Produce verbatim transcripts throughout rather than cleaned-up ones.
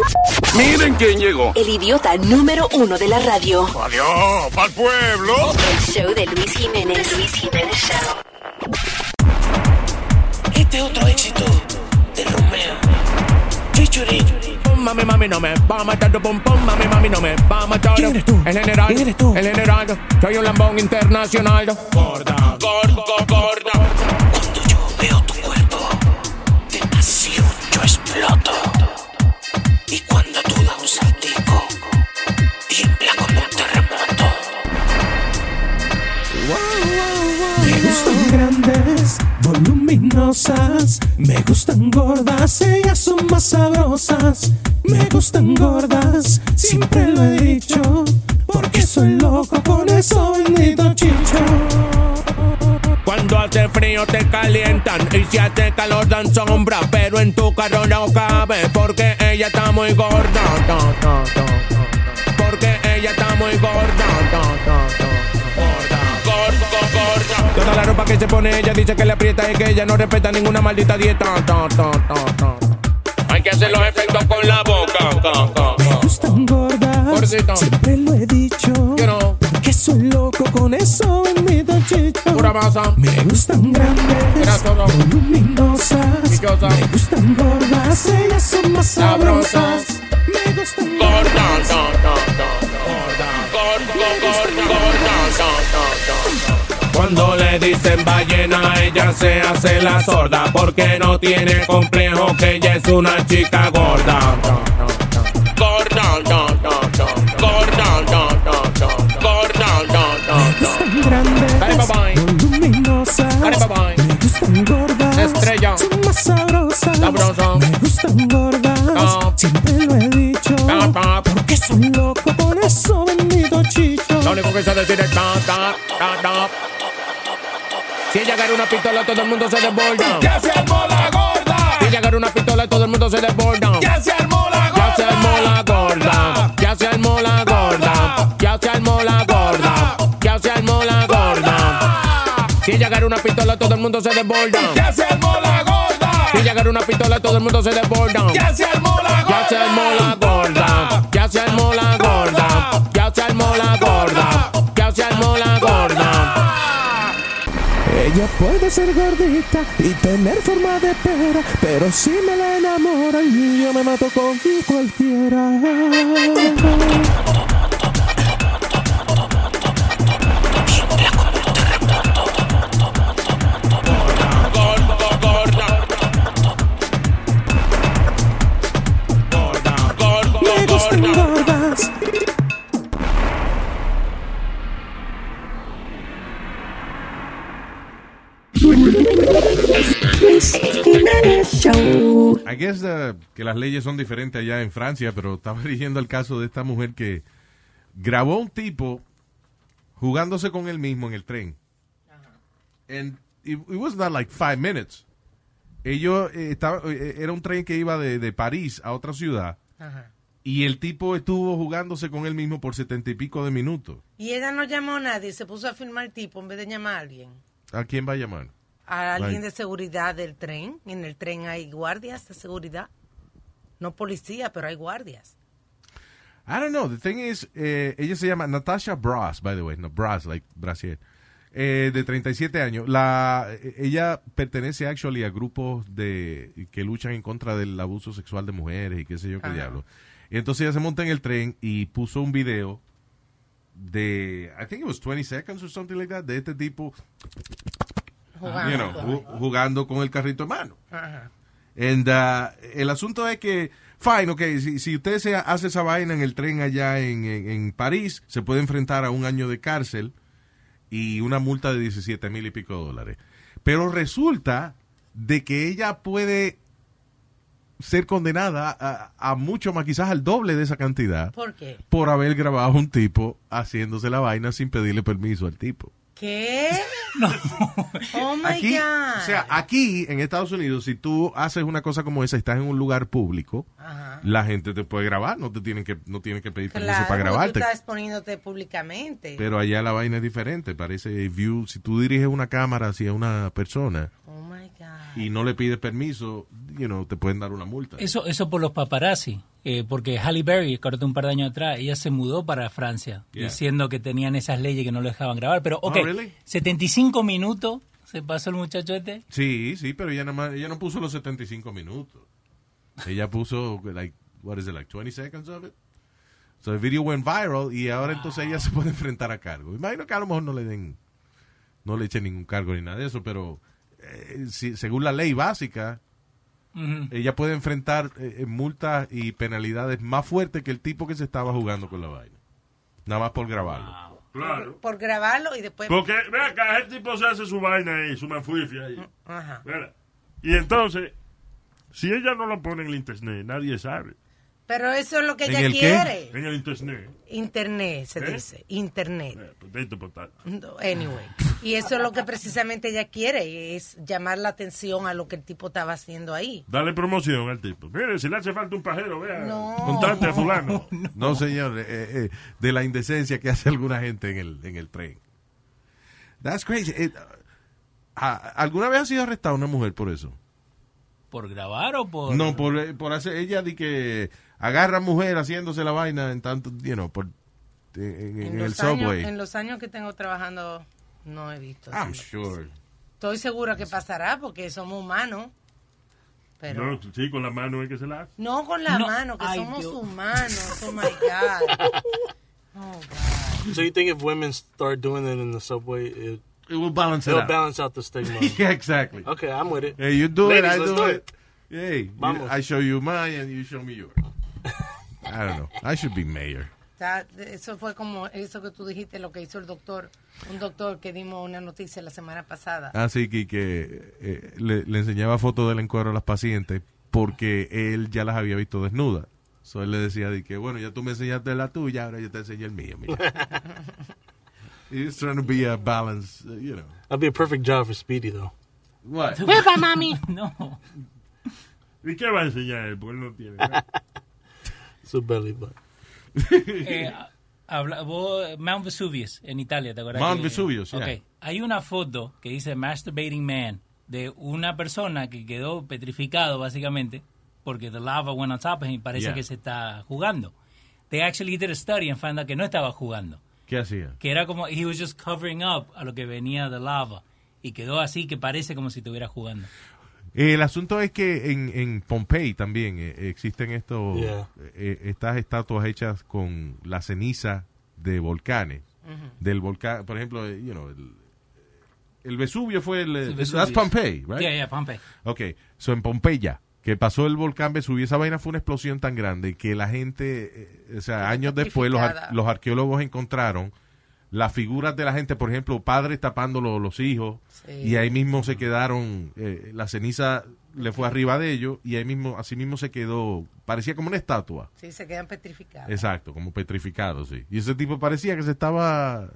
Miren quién llegó. El idiota número uno de la radio. Adiós, pa'l pueblo. El show de Luis Jiménez. Luis Jiménez Show. Este otro éxito de Romeo. Featuring. Mami, mami, no me va a matar tu pum pum. Mami, mami, no me va a matar. ¿Quién eres tú? El general. ¿Quién eres tú? El general. Soy un lambón internacional. Gorda, gorda, gorda. Cuando yo veo tu cuerpo, de pasión yo exploto. Y cuando tú das un saltico, tiembla como un terremoto. Me gustan grandes, voluminosas. Me gustan gordas, ellas son más sabrosas. Me gustan gordas, siempre lo he dicho. Porque soy loco con eso bendito chicho. Cuando hace frío te calientan y si hace calor dan sombra, pero en tu carro no cabe porque ella está muy gorda. Da, da, da, da. Porque ella está muy gorda. Da, da, da. Gorda, gorda, gorda. Toda la ropa que se pone ella dice que le aprieta y que ella no respeta ninguna maldita dieta. Da, da, da, da. Hay que hacer los efectos con la boca. Da, da, Me da. gustan gordas, Gordito. siempre lo he dicho. You know. Porque soy loco con eso bendito chicho. Pura masa. Me gustan grandes, Era todo. voluminosas. Brillosa. Me gustan gordas, ellas son más Sabrosas. sabrosas. Me gustan Gorda, gordas. da, da, da, gorda, gorda, gorda, gorda, da, da, da. Cuando le dicen ballena, ella se hace la sorda porque no tiene complejo que ella es una chica gorda. Gorda, da, da, da, gorda, da, da, da, gorda, da, da, Me da. gustan grandes, Dale, bye, bye. voluminosas. Dale, bye, bye. Me gustan gordas, Estrella. son más sabrosas. Sabrosa. Me gustan gordas, Ah. siempre lo he dicho. Ah, ah. Porque soy loco con eso bendito chicho. Lo único que sé decir es ta, ta, ta, ta. Si ella agarra una pistola, todo el mundo se desborda. ¡Ya se armó la gorda! Si ella agarra una pistola, todo el mundo se desborda. ¡Ya se armó la gorda! Ya se armó la gorda, ya se armó la gorda, ya se armó la gorda, ya se armó la gorda. Si ella agarra una pistola, todo el mundo se desborda. ¡Ya se armó la gorda! Si ella agarra una pistola, todo el mundo se desborda. ¡Ya se armó la gorda! Ya se armó la gorda, ya se armó la gorda, ya se armó la gorda, ya se armó la gorda. Ella puede ser gordita y tener forma de pera, pero si me la enamoran yo me mato con cualquiera. Me gustan gordas. I guess uh, que las leyes son diferentes allá en Francia, pero estaba leyendo el caso de esta mujer que grabó un tipo jugándose con él mismo en el tren. And it, it was not like five minutes. Ellos eh, estaba, eh, era un tren que iba de, de París a otra ciudad. Ajá. Y el tipo estuvo jugándose con él mismo por setenta y pico de minutos. Y ella no llamó a nadie, se puso a filmar el tipo en vez de llamar a alguien. ¿A quién va a llamar? A alguien Like- de seguridad del tren. En el tren hay guardias de seguridad. No policía, pero hay guardias. I don't know. The thing is, eh, ella se llama Natasha Bras, by the way. No, Bras, like Brasier. Eh, de treinta y siete años. La, ella pertenece actually a grupos de que luchan en contra del abuso sexual de mujeres y qué sé yo qué Ajá. diablo. Y entonces ella se monta en el tren y puso un video de, I think it was twenty seconds or something like that, de este tipo, Jugando. you know, ju- jugando con el carrito en mano. Ajá. And, uh, el asunto es que, fine, ok, si, si usted se hace esa vaina en el tren allá en, en, en París, se puede enfrentar a un año de cárcel y una multa de diecisiete mil y pico de dólares. Pero resulta de que ella puede ser condenada a, a mucho más, quizás al doble de esa cantidad, ¿Por qué? por haber grabado a un tipo haciéndose la vaina sin pedirle permiso al tipo. ¿Qué? No. Oh my Aquí, God. o sea, aquí en Estados Unidos, si tú haces una cosa como esa y estás en un lugar público, Ajá. la gente te puede grabar, no te tienen que, no tienen que pedir permiso Claro, para porque grabarte. tú estás exponiéndote públicamente. Pero allá la vaina es diferente, parece view, si tú diriges una cámara hacia una persona Oh my God. y no le pides permiso, you know, te pueden dar una multa. Eso, eso por los paparazzi, eh, porque Halle Berry, corté un par de años atrás, ella se mudó para Francia, Yeah. diciendo que tenían esas leyes que no lo dejaban grabar. Pero, ok, Oh, really? setenta y cinco minutos se pasó el muchacho este. Sí, sí, pero ella, nada más, ella no puso los setenta y cinco minutos. Ella puso, like, what is it, like twenty seconds of it? So el video went viral y ahora entonces ella se puede enfrentar a cargo. Imagino que a lo mejor no le den, no le echen ningún cargo ni nada de eso, pero eh, si, según la ley básica, Ujú. ella puede enfrentar eh, multas y penalidades más fuertes que el tipo que se estaba jugando con la vaina. Nada más por grabarlo. Claro. Por grabarlo y después... Porque, ve acá, el tipo se hace su vaina ahí, su manfufia ahí. Ajá. ¿Verdad? Y entonces, si ella no lo pone en el internet, nadie sabe. Pero eso es lo que ¿En ella el qué? quiere. En el internet. Internet, se ¿Eh? dice. Internet. Eh, potato, potato. No, Anyway. Y eso es lo que precisamente ella quiere, es llamar la atención a lo que el tipo estaba haciendo ahí. Dale promoción al tipo. Mire, si le hace falta un pajero, vea. No. Contate a fulano. No, señor, eh, eh, de la indecencia que hace alguna gente en el, en el tren. That's crazy. Eh, ah, ¿Alguna vez ha sido arrestada una mujer por eso? ¿Por grabar o por...? No, por, eh, por hacer, ella di que agarra a mujer haciéndose la vaina en tanto, you know, por, en, en- en el los años, subway. en los años que tengo trabajando, no he visto. I'm así. sure. Estoy segura que pasará porque somos humanos. Pero No, sí, con la mano es que se la hace. no con la No, mano, que ay, somos Dios. humanos. Oh my God. Oh God. So you think if women start doing it in the subway, it, It will balance it it'll out. balance out the stigma? Yeah, exactly. Okay, I'm with it. Hey, you do it, Ladies, I let's do do it. it. Hey, you- Vamos. I show you mine and you show me yours. I don't know. I should be mayor. Está- Eso fue como eso que tú dijiste, lo que hizo el doctor, un doctor que dimos una noticia la semana pasada. Así que, que eh, le, le enseñaba fotos del encuadro a las pacientes porque él ya las había visto desnudas. So él le decía de que, bueno, ya tú me enseñaste la tuya, ahora yo te enseñé el mío. Mira. He's trying to be a balance, uh, you know. That'd be a perfect job for Speedy, though. What? No. ¿Y qué va a enseñar él? Porque él no tiene nada. Su belly button. Eh, habla, vos, Mount Vesuvius, en Italia, ¿te acuerdas? Mount que- Vesuvius, yeah. Ok. Hay una foto que dice Masturbating Man de una persona que quedó petrificado, básicamente, porque the lava went on top of him y parece Yeah. que se está jugando. They actually did a study and found out que no estaba jugando. ¿Qué hacía? Que era como, he was just covering up a lo que venía de lava. Y quedó así que parece como si estuviera jugando. El asunto es que en, en Pompey también eh, existen estos, Yeah. eh, estas estatuas hechas con la ceniza de volcanes. Del volcán, por ejemplo, eh, you know, el, el Vesubio fue el... Sí, eh, Vesuvius. that's Pompeii, right? Yeah, yeah, Pompey. Ok, so en Pompeya, que pasó el volcán Vesubio, esa vaina fue una explosión tan grande que la gente, eh, o sea, años después los, ar- petrificada. los arqueólogos encontraron las figuras de la gente, por ejemplo, padres tapando lo- los hijos, Sí. y ahí mismo se quedaron, eh, la ceniza le fue arriba de ellos, y ahí mismo, así mismo se quedó, parecía como una estatua. Sí, se quedan petrificados. Exacto, como petrificado, sí. Y ese tipo parecía que se estaba...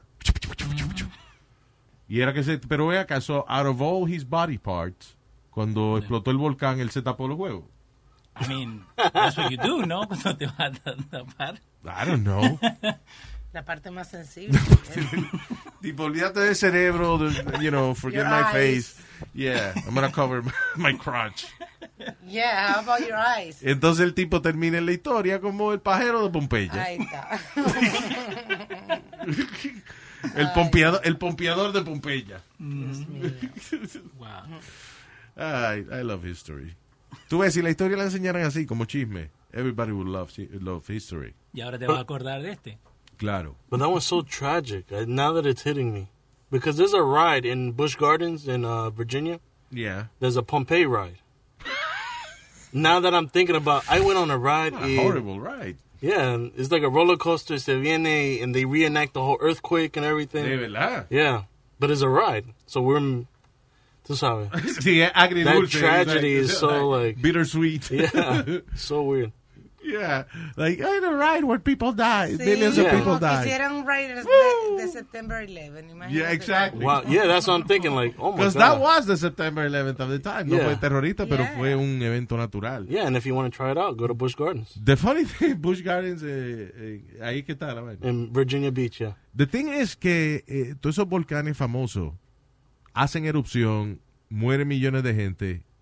Y era que se... Pero ve acá, so, out of all his body parts, cuando explotó el volcán, él se tapó los huevos. I mean, that's what you do, ¿no? Cuando te vas a tapar. I don't know. La parte más sensible. Tipo, olvídate del cerebro, de- you know, forget Your my eyes. face. Yeah, I'm gonna cover my crotch. Yeah, how about your eyes? Entonces el tipo termina en la historia como el pajero de Pompeya. Ahí está. El pompeador, el pompeador de Pompeya. Dios mío. Wow. Ay, I love history. Tú ves, si la historia la enseñaran así, como chisme, everybody would love, love history. Y ahora te vas a acordar de este. Claro. But that one's so tragic. uh, Now that it's hitting me, because there's a ride in Busch Gardens in uh, Virginia. Yeah. There's a Pompeii ride. Now that I'm thinking about, I went on a ride. A in- horrible, right? Yeah, and it's like a roller coaster. Se viene, and they reenact the whole earthquake and everything. De verdad. Yeah, but it's a ride, so we're. in- Tú sabes. Sí, es agridulce. That tragedy It's is so, like- bittersweet. Yeah, so weird. Yeah. Like, I had a ride where people die. Sí, Millions of Yeah. people como die. quisieran Raiders de, de September eleven. Imagínate. Yeah, exactly. Wow. Yeah, that's what I'm thinking. Like, oh my Because god. that was the September eleventh of the time. No Yeah. fue terrorista, pero Yeah. fue un evento natural. Yeah, and if you want to try it out, go to Busch Gardens The funny thing, Busch Gardens, eh, eh, ahí que está la vaina. in Virginia Beach. Yeah. The thing es que eh, todos esos volcanes famosos hacen erupción, mueren millones de gente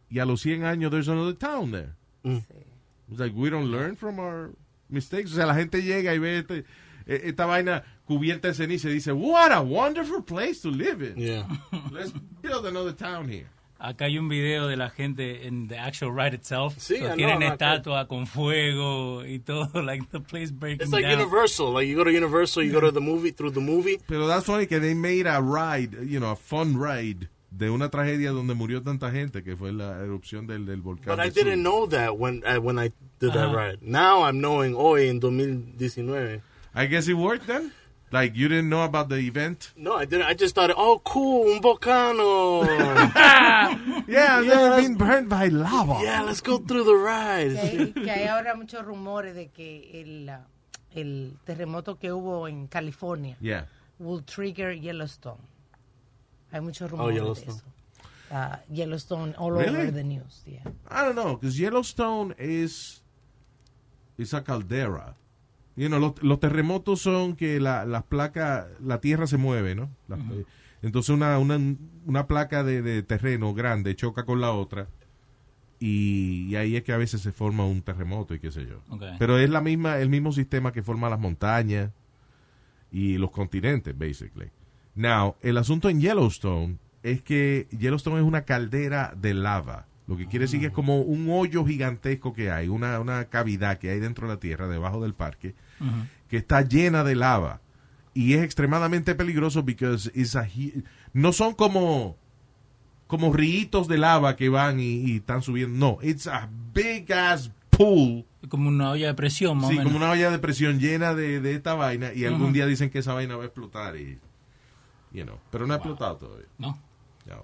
y a los cien años there's another town there. Mm. It's like we don't learn from our mistakes. O sea, la gente llega y ve este, esta vaina cubierta de ceniza y dice, what a wonderful place to live in. Yeah. Let's build another town here. Acá hay un video de la gente en the actual ride itself. Sí, so I tienen know, estatua con fuego y todo, like the place breaking It's like down. Universal. Like you go to Universal, you go to the movie, through the movie. Pero that's funny que they made a ride, you know, a fun ride de una tragedia donde murió tanta gente, que fue la erupción del, del volcán. But I del sur. didn't know that when uh, when I did that Uh-huh. ride. Now I'm knowing hoy en twenty nineteen. I guess it worked then? Like, you didn't know about the event? No, I didn't. I just thought, oh, cool, un volcano. Yeah, they've been burned by lava. Yeah, let's go through the ride. Que hay, que hay ahora muchos rumores de que el, uh, el terremoto que hubo en California Yeah. will trigger Yellowstone. Hay muchos Oh, rumores de Yellowstone. eso. Uh, Yellowstone all Really? over the news. Yeah. I don't know, because Yellowstone is, is a caldera. You know, los, los terremotos son que la, las placas, la tierra se mueve, ¿no? Las- eh, Entonces una, una, una placa de, de terreno grande choca con la otra y, y ahí es que a veces se forma un terremoto y qué sé yo. Okay. Pero es la misma, el mismo sistema que forma las montañas y los continentes, basically. Now, el asunto en Yellowstone es que Yellowstone es una caldera de lava. Lo que quiere decir que es como un hoyo gigantesco que hay, una, una cavidad que hay dentro de la tierra, debajo del parque, Ujú. que está llena de lava. Y es extremadamente peligroso porque no son como, como ríos de lava que van y, y están subiendo. No, it's a big ass pool. Como una olla de presión, más Sí, o menos. como una olla de presión llena de, de esta vaina. Y algún Ujú. día dicen que esa vaina va a explotar. Y, you know, pero no ha Wow. explotado todavía. No. No.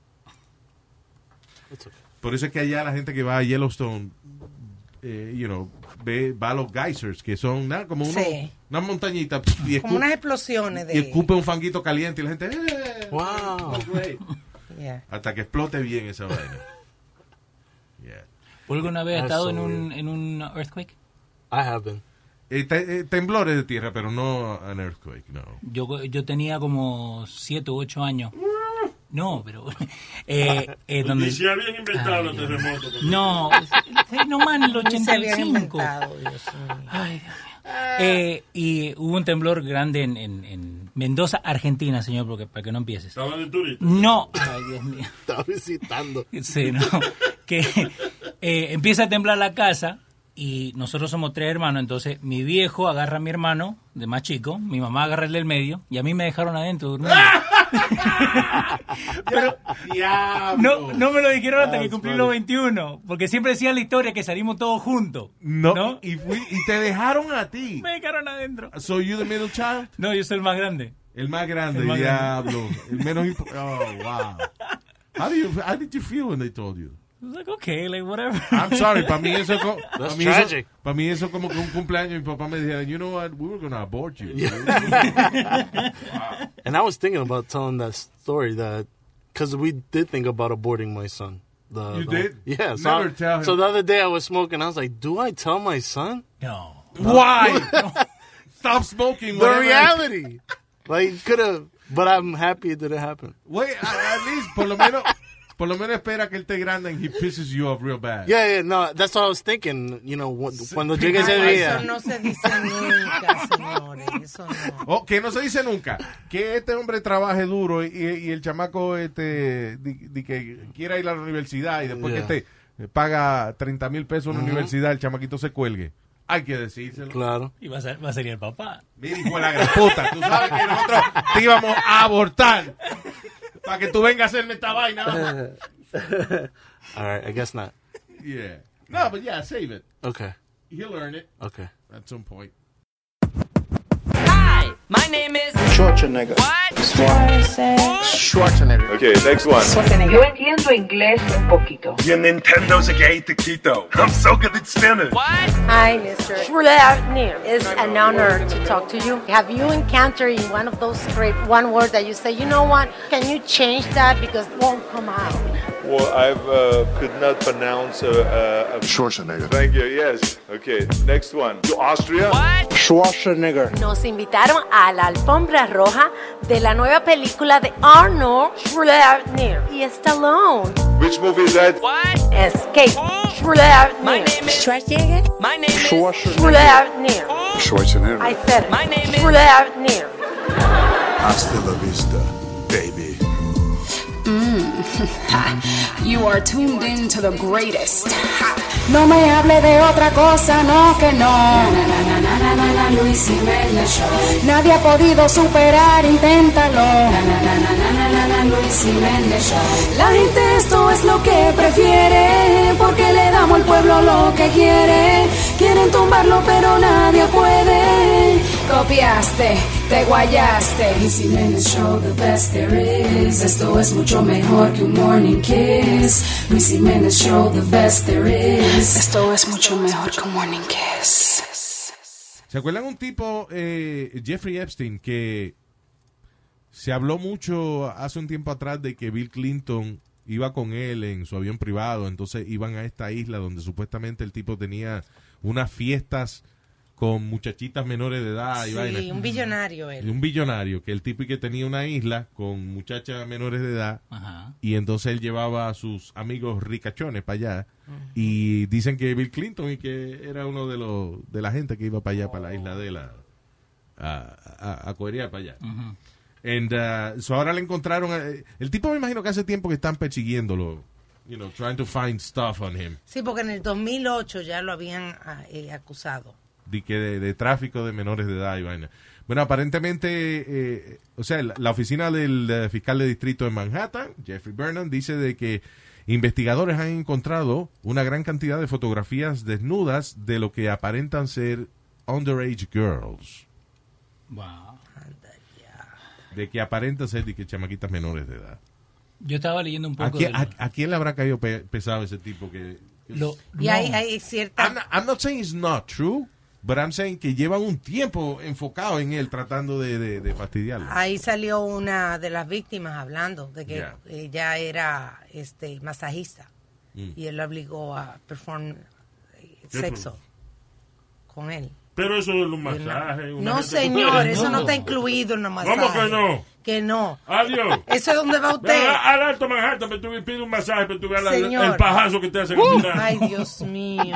It's okay. Por eso es que allá la gente que va a Yellowstone, eh, you know, ve, va a los geysers, que son nada, como uno, Sí. una montañita y, Como escu- unas explosiones de... y escupe un fanguito caliente y la gente, eh, Wow. that's great. Yeah. Hasta que explote bien esa vaina. Yeah. ¿Por alguna vez has That's estado so en un, weird. en un earthquake? I have been. Eh, te- eh, temblores de tierra, pero no an earthquake, no. Yo, yo tenía como siete u ocho años. No, pero... Eh, eh, donde, Y si habían inventado Ay, los Dios. terremotos. no, eh, no más en el Ni se habían ochenta y cinco. inventado, Dios mío. Ay, Dios mío. Eh, y hubo un temblor grande en, en, en Mendoza, Argentina, señor, porque para que no empieces. Estaban de turista. No. Ay, Dios mío. Estaba visitando. Sí, no. Que eh, empieza a temblar la casa y nosotros somos tres hermanos. Entonces mi viejo agarra a mi hermano, de más chico, mi mamá agarra el del medio y a mí me dejaron adentro durmiendo. Pero no, no me lo dijeron hasta que cumplí los veintiuno, porque siempre decía la historia que salimos todos juntos. No, ¿No? Y, fui- y te dejaron a ti. Me dejaron adentro. So you the middle child? No, yo soy el más grande. El más grande, El más diablo. El menos impo- Oh, wow. How, do you, how did you feel when they told you? I was like, okay, like whatever. I'm sorry, para mí eso co- That's para mí eso, tragic. para mí eso como que un cumpleaños mi papá me dijera, you know what, we were going to abort you. And I was thinking about telling that story that because we did think about aborting my son. The, You the- did? Yeah. So, Never I- tell him. so the other day I was smoking. I was like, do I tell my son No. Why? Stop smoking. the whatever. reality? Like could have, but I'm happy it didn't happen. Wait, at at least, por lo menos, por lo menos espera que él esté grande and he pisses you off real bad. Yeah, yeah, no, that's what I was thinking. You know, when, cuando llegue ese Ay, día. eso no se dice nunca, señores. Eso no. Oh, que no se dice nunca. Que este hombre trabaje duro y, y el chamaco este di, di que quiera ir a la universidad y después Yeah. que este paga treinta mil pesos en la Ujú. universidad, el chamaquito se cuelgue. Hay que decírselo. Claro. Y va a ser, va a ser el papá. Mira, hijo de la gran puta, tú sabes que nosotros te íbamos a abortar para que tú vengas a hacerme esta vaina. All right, I guess not. Yeah. No, but yeah, save it. Okay. He'll earn it Okay. at some point. Hi, my name is Schwarzenegger. What? Schwarzenegger. Okay, next one. Yo entiendo inglés un poquito. Your Nintendo's a gay taquito. I'm so good at spinning. What? Hi, Mister Schwarzenegger. It's an honor to talk to you. Have you encountered in one of those scripts one word that you say, you know what, can you change that because it won't come out? well, I uh, could not pronounce uh, uh, Schwarzenegger. Thank you. Yes. Okay. Next one. To Austria. What? Schwarzenegger. Nos invitaron a la alfombra roja de la nueva película de Arnold Schwarzenegger y Stallone. Which movie is that? What? Escape. Schwarzenegger. My name is Schwarzenegger. My name is Schwarzenegger. Schwarzenegger. I said it. My name is Schwarzenegger. Hasta la vista, baby. You are tuned in to the greatest. Ha. No me hable de otra cosa, no que no. Na, na, na, na, na, na, Luis Jiménez Show. Nadie ha podido superar, inténtalo. Na, na, na, na, na, na, na, Luis Jiménez Show. La gente esto es lo que prefiere, porque le damos al pueblo lo que quiere. Quieren tumbarlo pero nadie puede. Copiaste, te guayaste. Luis Jiménez Show, the best there is. Esto es mucho mejor que un morning kiss. Luis Jiménez Show, the best there is. Esto es mucho mejor que un morning kiss. ¿Se acuerdan un tipo, eh, Jeffrey Epstein, que se habló mucho hace un tiempo atrás de que Bill Clinton iba con él en su avión privado? Entonces iban a esta isla donde supuestamente el tipo tenía unas fiestas con muchachitas menores de edad. Sí, y vaina. un billonario él. Un billonario, que el tipo y que tenía una isla con muchachas menores de edad. Ajá. Y entonces él llevaba a sus amigos ricachones para allá. Uh-huh. Y dicen que Bill Clinton y que era uno de los de la gente que iba para allá, oh. para la isla de la a, a, a coherear para allá. Uh-huh. And, uh, so ahora le encontraron uh, el tipo, me imagino que hace tiempo que están persiguiéndolo, you know, trying to find stuff on him. Sí, porque en el dos mil ocho ya lo habían eh, acusado. De, que de, de tráfico de menores de edad y vaina. Bueno, aparentemente, eh, o sea, la, la oficina del uh, fiscal de distrito de Manhattan, Jeffrey Burnham, dice de que investigadores han encontrado una gran cantidad de fotografías desnudas de lo que aparentan ser underage girls. Wow. De que aparentan ser de que chamaquitas menores de edad. Yo estaba leyendo un poco. ¿A quién, de a, a quién le habrá caído pe pesado ese tipo? que, que lo, Y no. hay, hay cierta... I'm not, I'm not saying it's not true, but I'm saying que llevan un tiempo enfocado en él tratando de, de, de fastidiarlo. Ahí salió una de las víctimas hablando de que Yeah. ella era este masajista Mm. y él la obligó a perform eh, sexo con él. Pero eso es un masaje. Una No, gente- señor, eso No. no está incluido en los masajes. ¿Cómo que no? Que no. Adiós. ¿Eso es donde va usted? Al Alto Manhattan, pero tú pides un masaje, pero tú veas el, Señor. el pajazo que te hacen. Uh, al final. ay, Dios mío.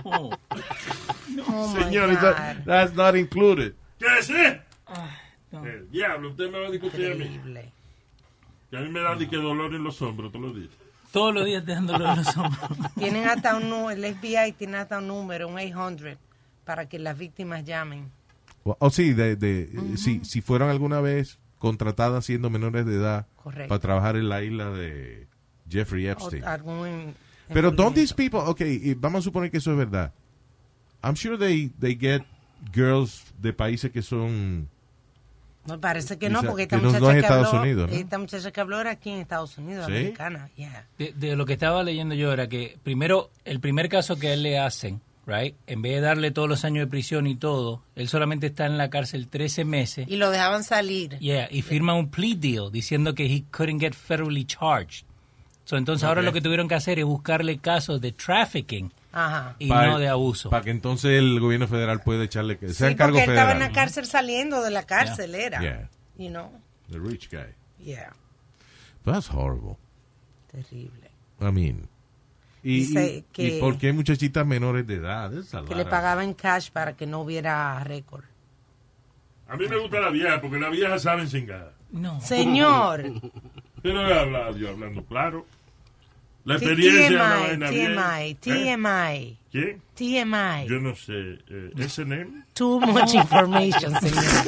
Oh, my Señor, God. that, that's not included. ¿Qué sí? Ah, no. El diablo, usted me va a discutir a mí. Increíble. Que a mí me da de que dolor en los hombros todos los días. Todos los días te dan dolor en los hombros. Tienen hasta un nu- el F B I tiene hasta un número, un ochocientos, para que las víctimas llamen. O oh, sí, de, de, uh-huh. si, si fueron alguna vez contratadas siendo menores de edad Correcto. para trabajar en la isla de Jeffrey O Epstein. algún Pero don't envolvimiento. these people, okay, vamos a suponer que eso es verdad. I'm sure they, they get girls de países que son... No, parece que no, Dice, porque esta que no- muchacha no es que Estados habló, Unidos, ¿no? esta muchacha que habló era aquí en Estados Unidos, ¿Sí? americana, yeah. De, de lo que estaba leyendo yo era que primero, el primer caso que a él le hacen, right, en vez de darle todos los años de prisión y todo, él solamente está en la cárcel trece meses. Y lo dejaban salir. Yeah, y firma un plea deal diciendo que he couldn't get federally charged. So, entonces ahora Okay. lo que tuvieron que hacer es buscarle casos de trafficking Ajá. y Pa- no de abuso. Para que entonces el gobierno federal pueda echarle... Que sea Sí, en cargo porque él estaba en federal. la cárcel saliendo de la cárcel, Yeah. era. Yeah. You know, The rich guy. yeah, That's horrible. terrible. I mean... Y, Dice y, que- ¿y por qué muchachitas menores de edad? That's a Que lot le of- pagaban cash para que no hubiera récord. A mí me gusta la vieja, porque las viejas saben cingar. No. Señor. Pero he hablado, yo hablando claro. La T- experiencia de la TMI, vaina T M I, bien. T M I, ¿Qué? T M I. Yo no sé. Eh, ¿S N M? Too much information, señor.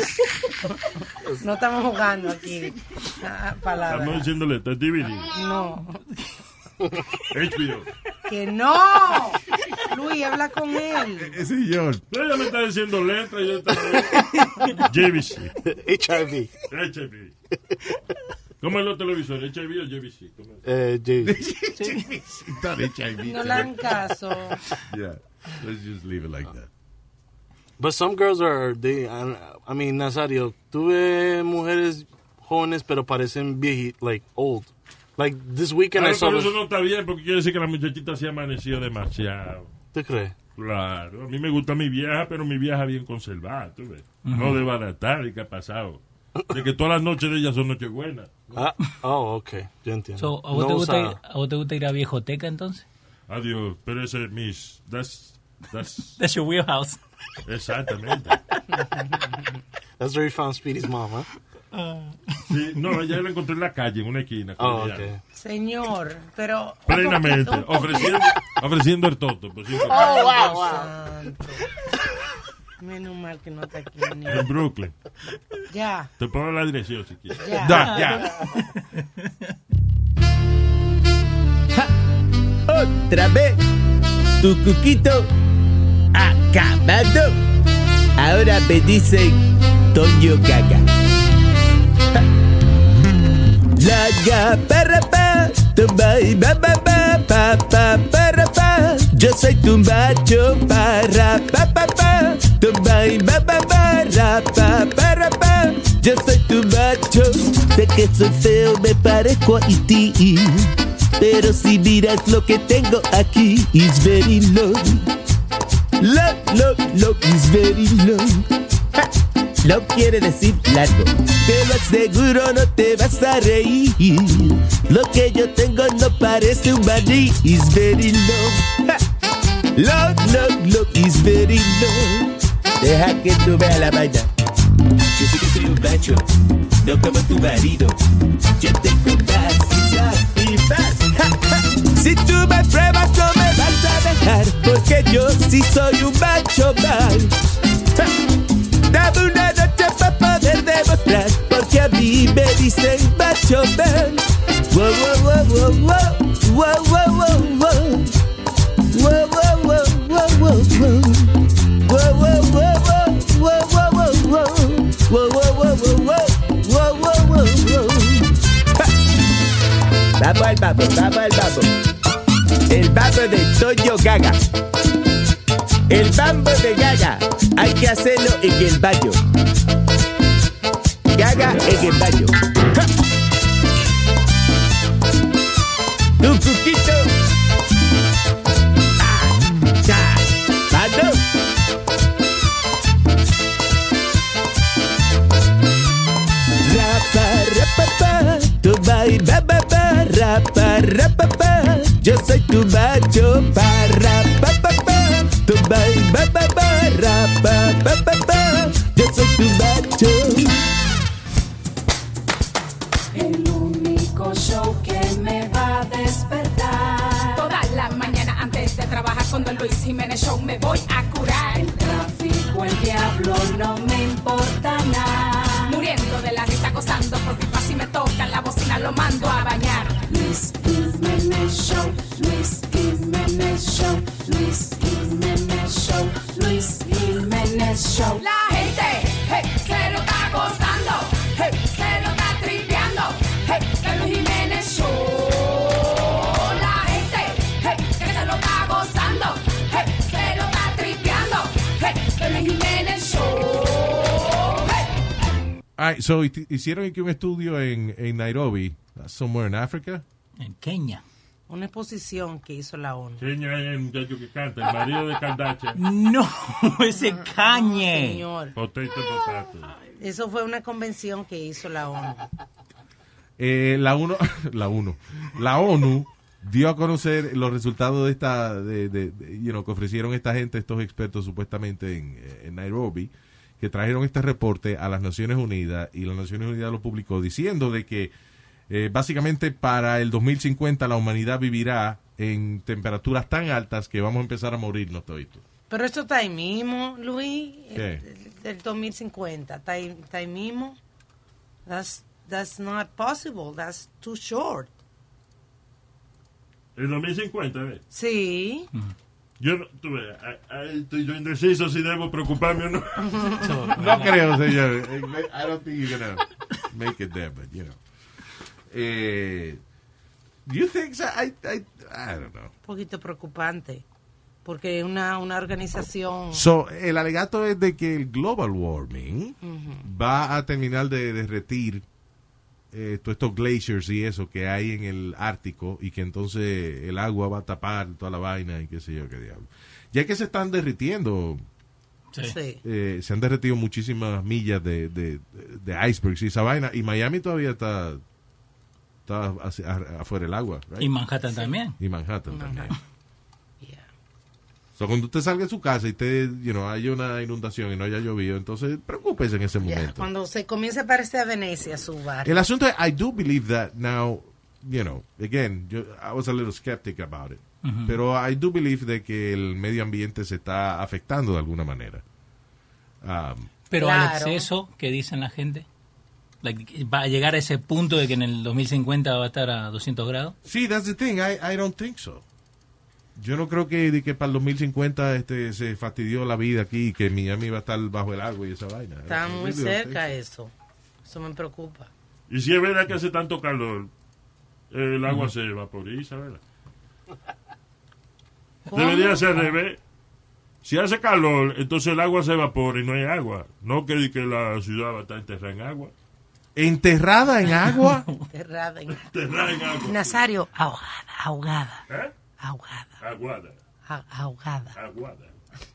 No estamos jugando aquí. Ah, Estamos palabras. diciéndole, ¿está D V D? No. H B O. Que no. Luis, habla con él. Eh, señor. No, ella me está diciendo letras y yo está... J V C. H I V. H I V. ¿Cómo es los televisores? ¿H I V o J V C? ¿Cómo es? Uh, J- Not H I V. No le hagan caso. Yeah. Let's just leave it like that. But some girls are, they, I, I mean, Nazario, tuve mujeres jóvenes pero parecen viejitas, like old. Like, this weekend Claro, I saw pero the- eso no está bien porque quiere decir que la muchachita se amaneció demasiado. ¿Te crees? Claro, a mí me gusta mi vieja, pero mi vieja bien conservada, tú ves. Ujú. No de baratar y qué ha pasado. De que todas las noches de ella son noches buenas. Ah, oh, okay. Yo entiendo. So, ¿a, vos No te gusta usa- ir, ¿A vos te gusta ir a viejoteca entonces? Adiós, pero ese es mis... That's, that's, That's your wheelhouse. Exactamente. That's where you found Speedy's mom, huh? Sí, no, ella la encontré en la calle, en una esquina. Oh, con ella. okay. Señor, pero... Plenamente, un poquito, un ofreciendo, ofreciendo el toto. Pues, sí, Oh, wow, wow. Santo. Menos mal que no está aquí. ni- en Brooklyn. Ya. Te pongo la dirección si quieres. Ya. Da, ya. Otra vez, tu cuquito acabado. Ahora me dicen Toño Gaga. Ja. La ga para pa, tumba y ba ba ba pa pa para pa. Yo soy tu macho para pa pa pa, tumba y ba ba ba ra pa para pa. Yo soy tu macho. Sé que soy feo, me parezco a E T, pero si miras lo que tengo aquí, is very long. Long, long, long, is very long. Ja. Long quiere decir largo. Te lo aseguro, no te vas a reír. Lo que yo tengo no parece un maní. Is very long. Ja. Long, long, long, is very long. Deja que tú veas la vaina. Yo sé que soy un macho, no como tu marido. Yo tengo más y más y más. Ja, ja. Si tú me pruebas no me vas a dejar, porque yo sí soy un macho man. Ja. Dame una noche para poder demostrar, porque a mí me dicen macho man. Wow, wow, wow, wow, wow, wow, wow, wow, wow. Wow, wow, wow, wow, wow, wow. Wow, wow, wow, wow, wow, wow, wow, wow. Wow, wow, wow, wow, wow, wow, wow, wow. Ja. Vamos al babo, vamos al babo. El babo de Toño Gaga. El bambo de Gaga hay que hacerlo en el baño. Gaga en el baño. ¡Ja! Tu cuquito. Ah, ya. Mando. Rapa, rapa, pa. Tu bai, ba, ba, ba. Rapa, rapa, pa. Yo soy tu macho para pa, pa, pa. Tu bai, ba, ba, ba. Rapa, pa, pa, pa. Yo soy tu macho. El único show que me va a despertar. Toda la mañana antes de trabajar con Don Luis Jiménez Show me voy a curar. El tráfico, el diablo, no me importa nada. Muriendo de la risa, gozando por pipa, si me toca la bocina lo mando a bañar. Luis Jiménez Show, Luis Jiménez Show, Luis Jiménez Show, Luis Jiménez Show. La gente, hey, se lo está gozando, hey, se lo está tripeando, hey, de Luis Jiménez Show. La gente, hey, que se lo está gozando, hey, se lo está tripeando, hey, de Luis Jiménez Show. Hey. All right, so hi- hicieron aquí un estudio en, en Nairobi, that's somewhere in Africa. En Kenia. Una exposición que hizo la ONU. Kenia es el muchacho que canta, el marido de Kardashian. No, ese Kanye. Señor. Potato, potato. Eso fue una convención que hizo la ONU. Eh, la uno, la uno, la ONU dio a conocer los resultados de esta, de, de, de, you know, que ofrecieron esta gente, estos expertos supuestamente en, en Nairobi, que trajeron este reporte a las Naciones Unidas y las Naciones Unidas lo publicó diciendo de que eh, básicamente para el dos mil cincuenta la humanidad vivirá en temperaturas tan altas que vamos a empezar a morirnos toditos. Pero esto está ahí mismo, Luis. ¿Qué? el- Del dos mil cincuenta. Está ahí, está ahí mismo. That's, that's not possible. That's too short. El dos mil cincuenta, ¿ves? Sí. Yo no, tú ves, ahí- ahí estoy yo indeciso si debo preocuparme o no. No creo, señor. I don't think you're gonna make it there, but you know. Eh, do you think so? I, I, I don't know. Un poquito preocupante. Porque una, una organización... So, el alegato es de que el global warming Ujú. va a terminar de derretir eh, todos estos glaciers y eso que hay en el Ártico y que entonces el agua va a tapar toda la vaina y qué sé yo qué diablo. Ya que se están derritiendo, Sí. Sí. eh, se han derretido muchísimas millas de, de, de icebergs y esa vaina, y Miami todavía está, está hacia- a- afuera del agua. Right? Y Manhattan también. Y Manhattan también. Yeah. So, cuando usted salga de su casa y te, you know, haya una inundación y no haya llovido, entonces preocúpese en ese Yeah. momento. Cuando se comienza a parecer a Venecia, su barrio. El asunto es, I do believe that now, you know, again, yo, I was a little skeptic about it, Ujú. pero I do believe de que el medio ambiente se está afectando de alguna manera. Um, Pero al Claro. exceso que dicen la gente, like, va a llegar a ese punto de que en el dos mil cincuenta va a estar a doscientos grados. sí, that's the thing, I, I don't think so. Yo no creo que, de que para el dos mil cincuenta este, se fastidió la vida aquí y que Miami va a estar bajo el agua y esa vaina. Está I muy really don't cerca think eso. Eso me preocupa. Y si es verdad que hace tanto calor, el agua se vaporiza, ¿verdad? ¿Cómo? Debería ser al revés. Si hace calor, entonces el agua se evapora y no hay agua. No que, que la ciudad va a estar enterrada en agua. ¿Enterrada en agua? Enterrada en... Enterrada en agua. Nazario, ahogada, ahogada, ¿Eh? ahogada, Aguada. a- ahogada. Aguada.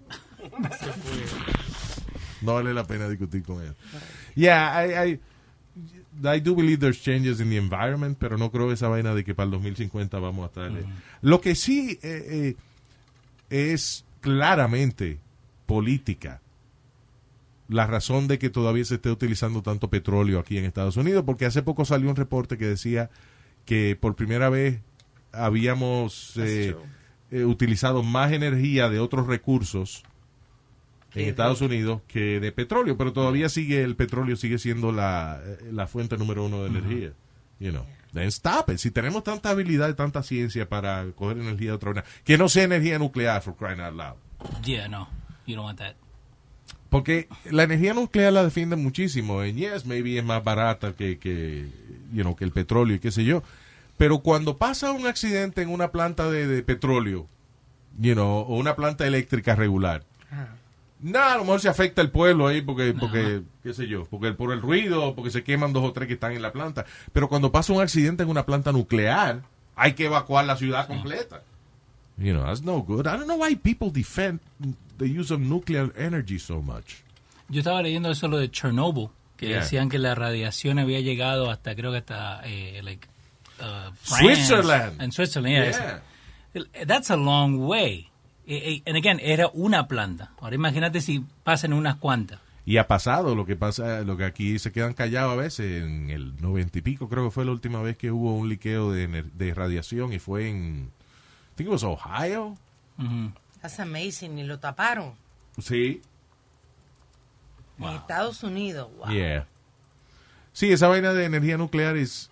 No vale la pena discutir con él. Yeah, I, I, I do believe there's changes in the environment, pero no creo esa vaina de que para el dos mil cincuenta vamos a estar... eh. Lo que sí eh, eh, es claramente política la razón de que todavía se esté utilizando tanto petróleo aquí en Estados Unidos, porque hace poco salió un reporte que decía que por primera vez habíamos eh, eh, utilizado más energía de otros recursos en Estados Unidos que de petróleo, pero todavía sigue el petróleo sigue siendo la, la fuente número uno de energía. You know, then stop it. Si tenemos tanta habilidad y tanta ciencia para coger energía de otra manera, que no sea energía nuclear, for crying out loud. Yeah, no, you don't want that. Porque la energía nuclear la defienden muchísimo. And yes, maybe es más barata que, que, you know, que el petróleo y qué sé yo. Pero cuando pasa un accidente en una planta de, de petróleo, you know, o una planta eléctrica regular, nada, a lo mejor se afecta el pueblo ahí porque, porque qué sé yo, porque por el ruido, porque se queman dos o tres que están en la planta. Pero cuando pasa un accidente en una planta nuclear, hay que evacuar la ciudad completa. You know, that's no good. I don't know why people defend the use of nuclear energy so much. Yo estaba leyendo eso lo de Chernobyl, que Yeah. decían que la radiación había llegado hasta, creo que hasta, eh, like, uh, France. Switzerland. En Switzerland, yeah. Yeah. It's- That's a long way. Eh, eh, And again, era una planta. Ahora imagínate si pasan unas cuantas. Y ha pasado lo que pasa, lo que aquí se quedan callados a veces. En el noventa y pico creo que fue la última vez que hubo un liqueo de, ener- de radiación y fue en, I think it was Ohio. That's amazing. Y lo taparon. Sí. En Estados Unidos. Wow. Yeah. Sí, esa vaina de energía nuclear es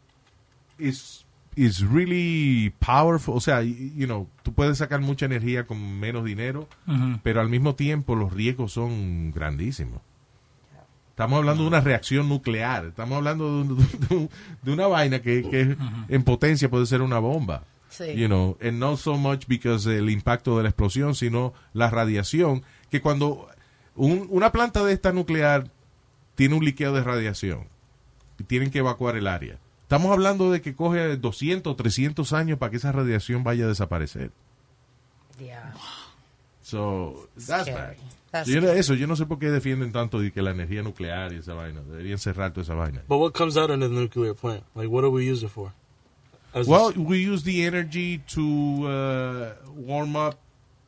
is is really powerful. O sea, y- you know, tú puedes sacar mucha energía con menos dinero, Ujú. pero al mismo tiempo los riesgos son grandísimos. Estamos hablando de una reacción nuclear. Estamos hablando de, un- de un- de una vaina que, que en potencia puede ser una bomba. Sí. You know, and not so much because el impacto de la explosión, sino la radiación, que cuando un- una planta de esta nuclear tiene un liqueo de radiación y tienen que evacuar el área. Estamos hablando de que coge doscientos o trescientos años para que esa radiación vaya a desaparecer. Yeah. So, that's Scary. bad. That's Yo no- scary. eso, yo no sé por qué defienden tanto de que la energía nuclear y esa vaina. Deberían cerrar toda esa vaina. But what comes out of the nuclear plant? Like, what do we use it for? As Well, a- we use the energy to uh, warm up,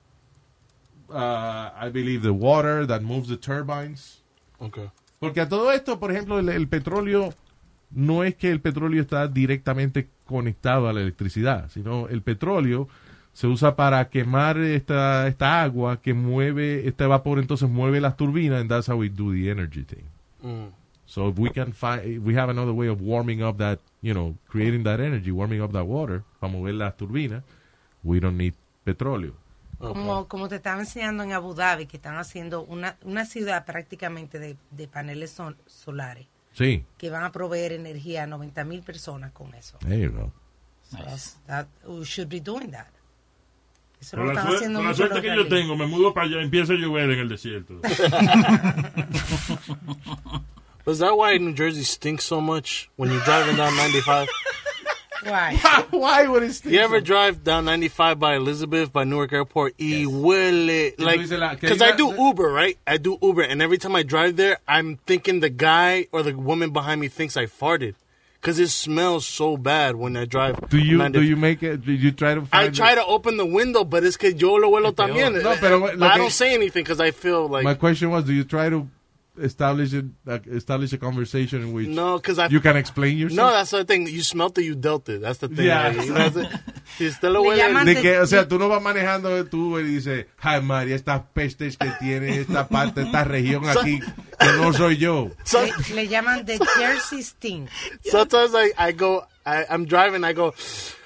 uh, I believe, the water that moves the turbines. Okay. Porque a todo esto, por ejemplo, el, el petróleo, no es que el petróleo está directamente conectado a la electricidad, sino el petróleo se usa para quemar esta, esta agua que mueve, este vapor entonces mueve las turbinas, and that's how we do the energy thing. Mm. So if we can find, if we have another way of warming up that, you know, creating that energy, warming up that water, para mover las turbinas, we don't need petróleo. Como, como te estaba enseñando en Abu Dhabi, que están haciendo una, una ciudad prácticamente de, de paneles sol- solares, Sí. que van a proveer energía a noventa mil personas con eso. There you go. So that's- that- we should be doing that. Eso Con lo la, están suer- haciendo con la mucho suerte los que yo realistas. tengo, me mudo para allá, empieza a llover en el desierto. Is that why New Jersey stinks so much when you're driving down ninety-five? Why? Why would it stink? You ever drive down ninety-five by Elizabeth, by Newark Airport? Y huele. Like, because I do Uber, right? I do Uber, and every time I drive there, I'm thinking the guy or the woman behind me thinks I farted. Because it smells so bad when I drive. Do you ninety-five. do you make it? Do you try to find I try it? to open the window, but it's que yo lo huelo también. No, pero But lo I que- don't say anything because I feel like... My question was, do you try to establish it, uh, establish a conversation in which No, because I... you can explain yourself? No, that's the thing. You smelt it, you dealt it. That's the thing. Yeah. Like, you know, that's it. Si usted lo Le huele... llaman De que, o sea, tú no vas manejando tú y dices, ay María, estas pestes que tiene esta parte, esta región aquí, que no soy yo. Le, le llaman the Jersey stink. Sometimes I, I go, I, I'm driving, I go,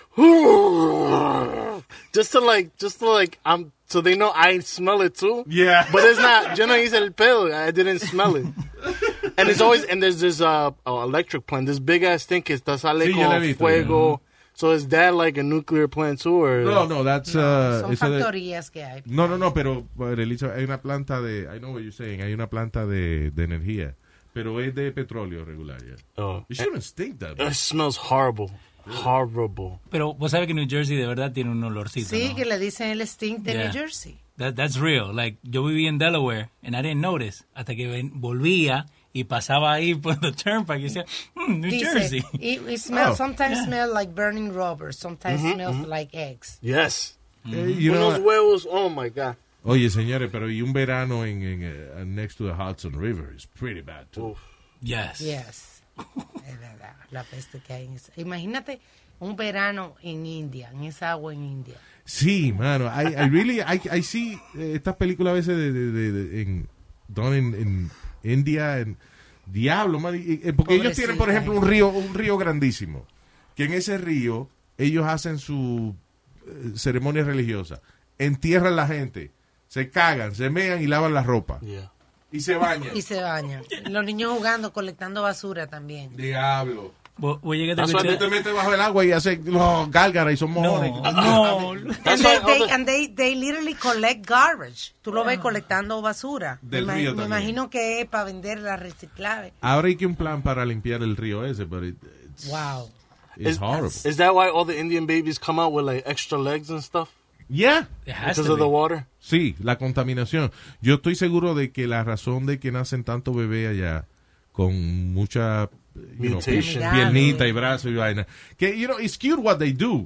just to like, just to like, I'm, so they know I smell it too. Yeah. But it's not, yo no hice el pedo, I didn't smell it. And it's always, and there's this uh, uh, electric plant, this big ass thing que está sale Sí, yo la he con visto, fuego. yeah. So is that like a nuclear plant too? Or? No, no, that's... Uh, Son eso de- factorías que hay. No, no, no, pero, pero, Elisa, hay una planta de, I know what you're saying, hay una planta de, de energía, pero es de petróleo regular, ya. Oh. It shouldn't stink that It much. smells horrible. Horrible. Pero vos sabes que New Jersey de verdad tiene un olorcito, Sí, ¿no? que le dicen el stink de Yeah. New Jersey. That, that's real. Like, yo viví en Delaware and I didn't notice hasta que ven- volvía y pasaba ahí por the turnpike y decía, hmm, New Dice, Jersey. It, it smells, Oh. sometimes Yeah. smell like burning rubber, sometimes Mhm, smells mhm. like eggs. Yes. Eh, you know, Unos huevos, oh my God. oye, señores, pero y un verano en, en, uh, next to the Hudson River is pretty bad too. Yes. Yes. Es verdad, la peste que hay en esa. Imagínate un verano en India, en esa agua en India. Sí, mano, I, I really, I, I see eh, estas películas a veces de, de, de, de- en, done en, en India, en diablo, man, y- y- porque ellos tienen, por ejemplo, un río, un río grandísimo, que en ese río ellos hacen su eh, ceremonia religiosa, entierran la gente, se cagan, se mean y lavan la ropa. Yeah. Y se bañan. Y se bañan. Los niños jugando, colectando basura también. Diablo. Vos, vos llegaste a That's why escuchar- tú te metes bajo el agua y haces no, gárgaras y son mojones. no. And, they, they, and they, they literally collect garbage. Tú lo ves colectando basura. Del me, río me también. imagino que es para vender la reciclable. Ahora hay que un plan para limpiar el río ese, pero it, it's, Wow. it's Is, horrible. is that why all the Indian babies come out with like extra legs and stuff? Yeah. It has Because to of the be. water? Sí, la contaminación. Yo estoy seguro de que la razón de que nacen tantos bebés allá con mucha you know, Mutation. piernita y brazo y vaina, que you know, it's cute what they do.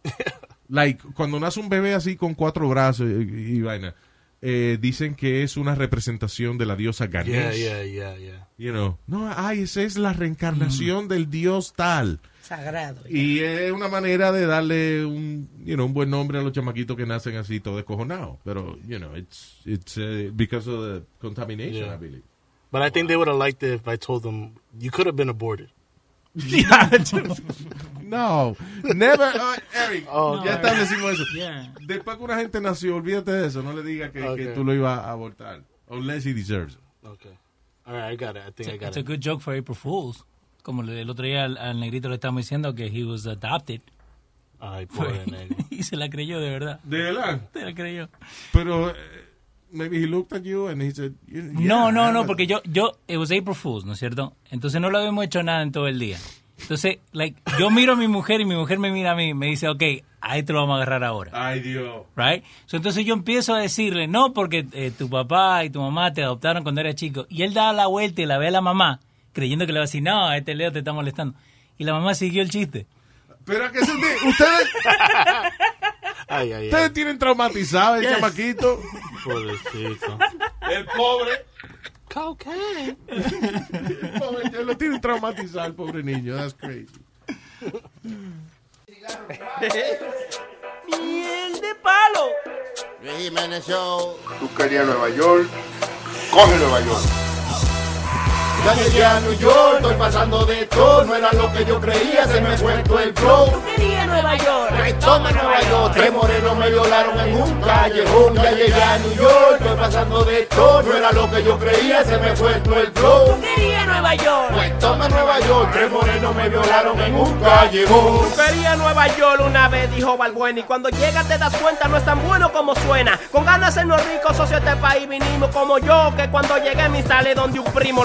Like cuando nace un bebé así con cuatro brazos y, y vaina, eh, dicen que es una representación de la diosa Yeah, Ganesh. yeah, yeah, yeah. You know, no, ay, esa es la reencarnación del dios tal. Sagrado. Y es una manera de darle un, you know, un buen nombre a los chamaquitos que nacen así todo descojonados. Pero, you know, it's, it's uh, because of the contamination, Yeah. I believe. But I think they would have liked it if I told them, you could have been aborted. No, never, uh, Eric, Oh, ya okay. establecimos eso. Yeah. Después que una gente nació, olvídate de eso, no le diga que, Okay. que tú lo ibas a abortar. Unless he deserves it. Okay. All right, I got it. I think I got It's a it. good joke for April Fools. Como le- el otro día al, al negrito le estábamos diciendo que he was adopted. Ay, Fue- pobre negro. y se la creyó de verdad. ¿De verdad? Se la creyó. Pero, eh, maybe he looked at you and he said, yeah, No, no, I no, was- porque yo, yo, it was April Fools, ¿no es cierto? Entonces no lo habíamos hecho nada en todo el día. Entonces, like, yo miro a mi mujer y mi mujer me mira a mí y me dice, ok, ahí te lo vamos a agarrar ahora. Ay, Dios. Right? So, entonces yo empiezo a decirle, no, porque eh, tu papá y tu mamá te adoptaron cuando eras chico. Y él da la vuelta y la ve a la mamá, creyendo que le va a decir, no, este Leo te está molestando. Y la mamá siguió el chiste. Pero que se te- ustedes, Ay, ay, ustedes ay. tienen traumatizado el Yes. chamaquito. Pobrecito. El pobre. Cocaine. Pobre, ya lo tienen traumatizado el pobre niño. That's crazy. Miel de palo. Luis Jiménez Show. Tú querías Nueva York, coge Nueva York. Ya llegué a New York, estoy pasando de todo. No era lo que yo creía, se me fue todo el flow. Quería Nueva York. Ay, toma Nueva York. Tres morenos me violaron en un callejón. Ya llegué a New York, estoy pasando de todo. No era lo que yo creía, se me fue todo el flow. Quería Nueva York. Pues toma Nueva York. Tres morenos me violaron en un callejón. Quería Nueva York una vez, dijo Balbuena. Y cuando llegas te das cuenta, no es tan bueno como suena. Con ganas de sernos ricos, socio, este país vinimos como yo. Que cuando llegué me instalé donde un primo. Lo primero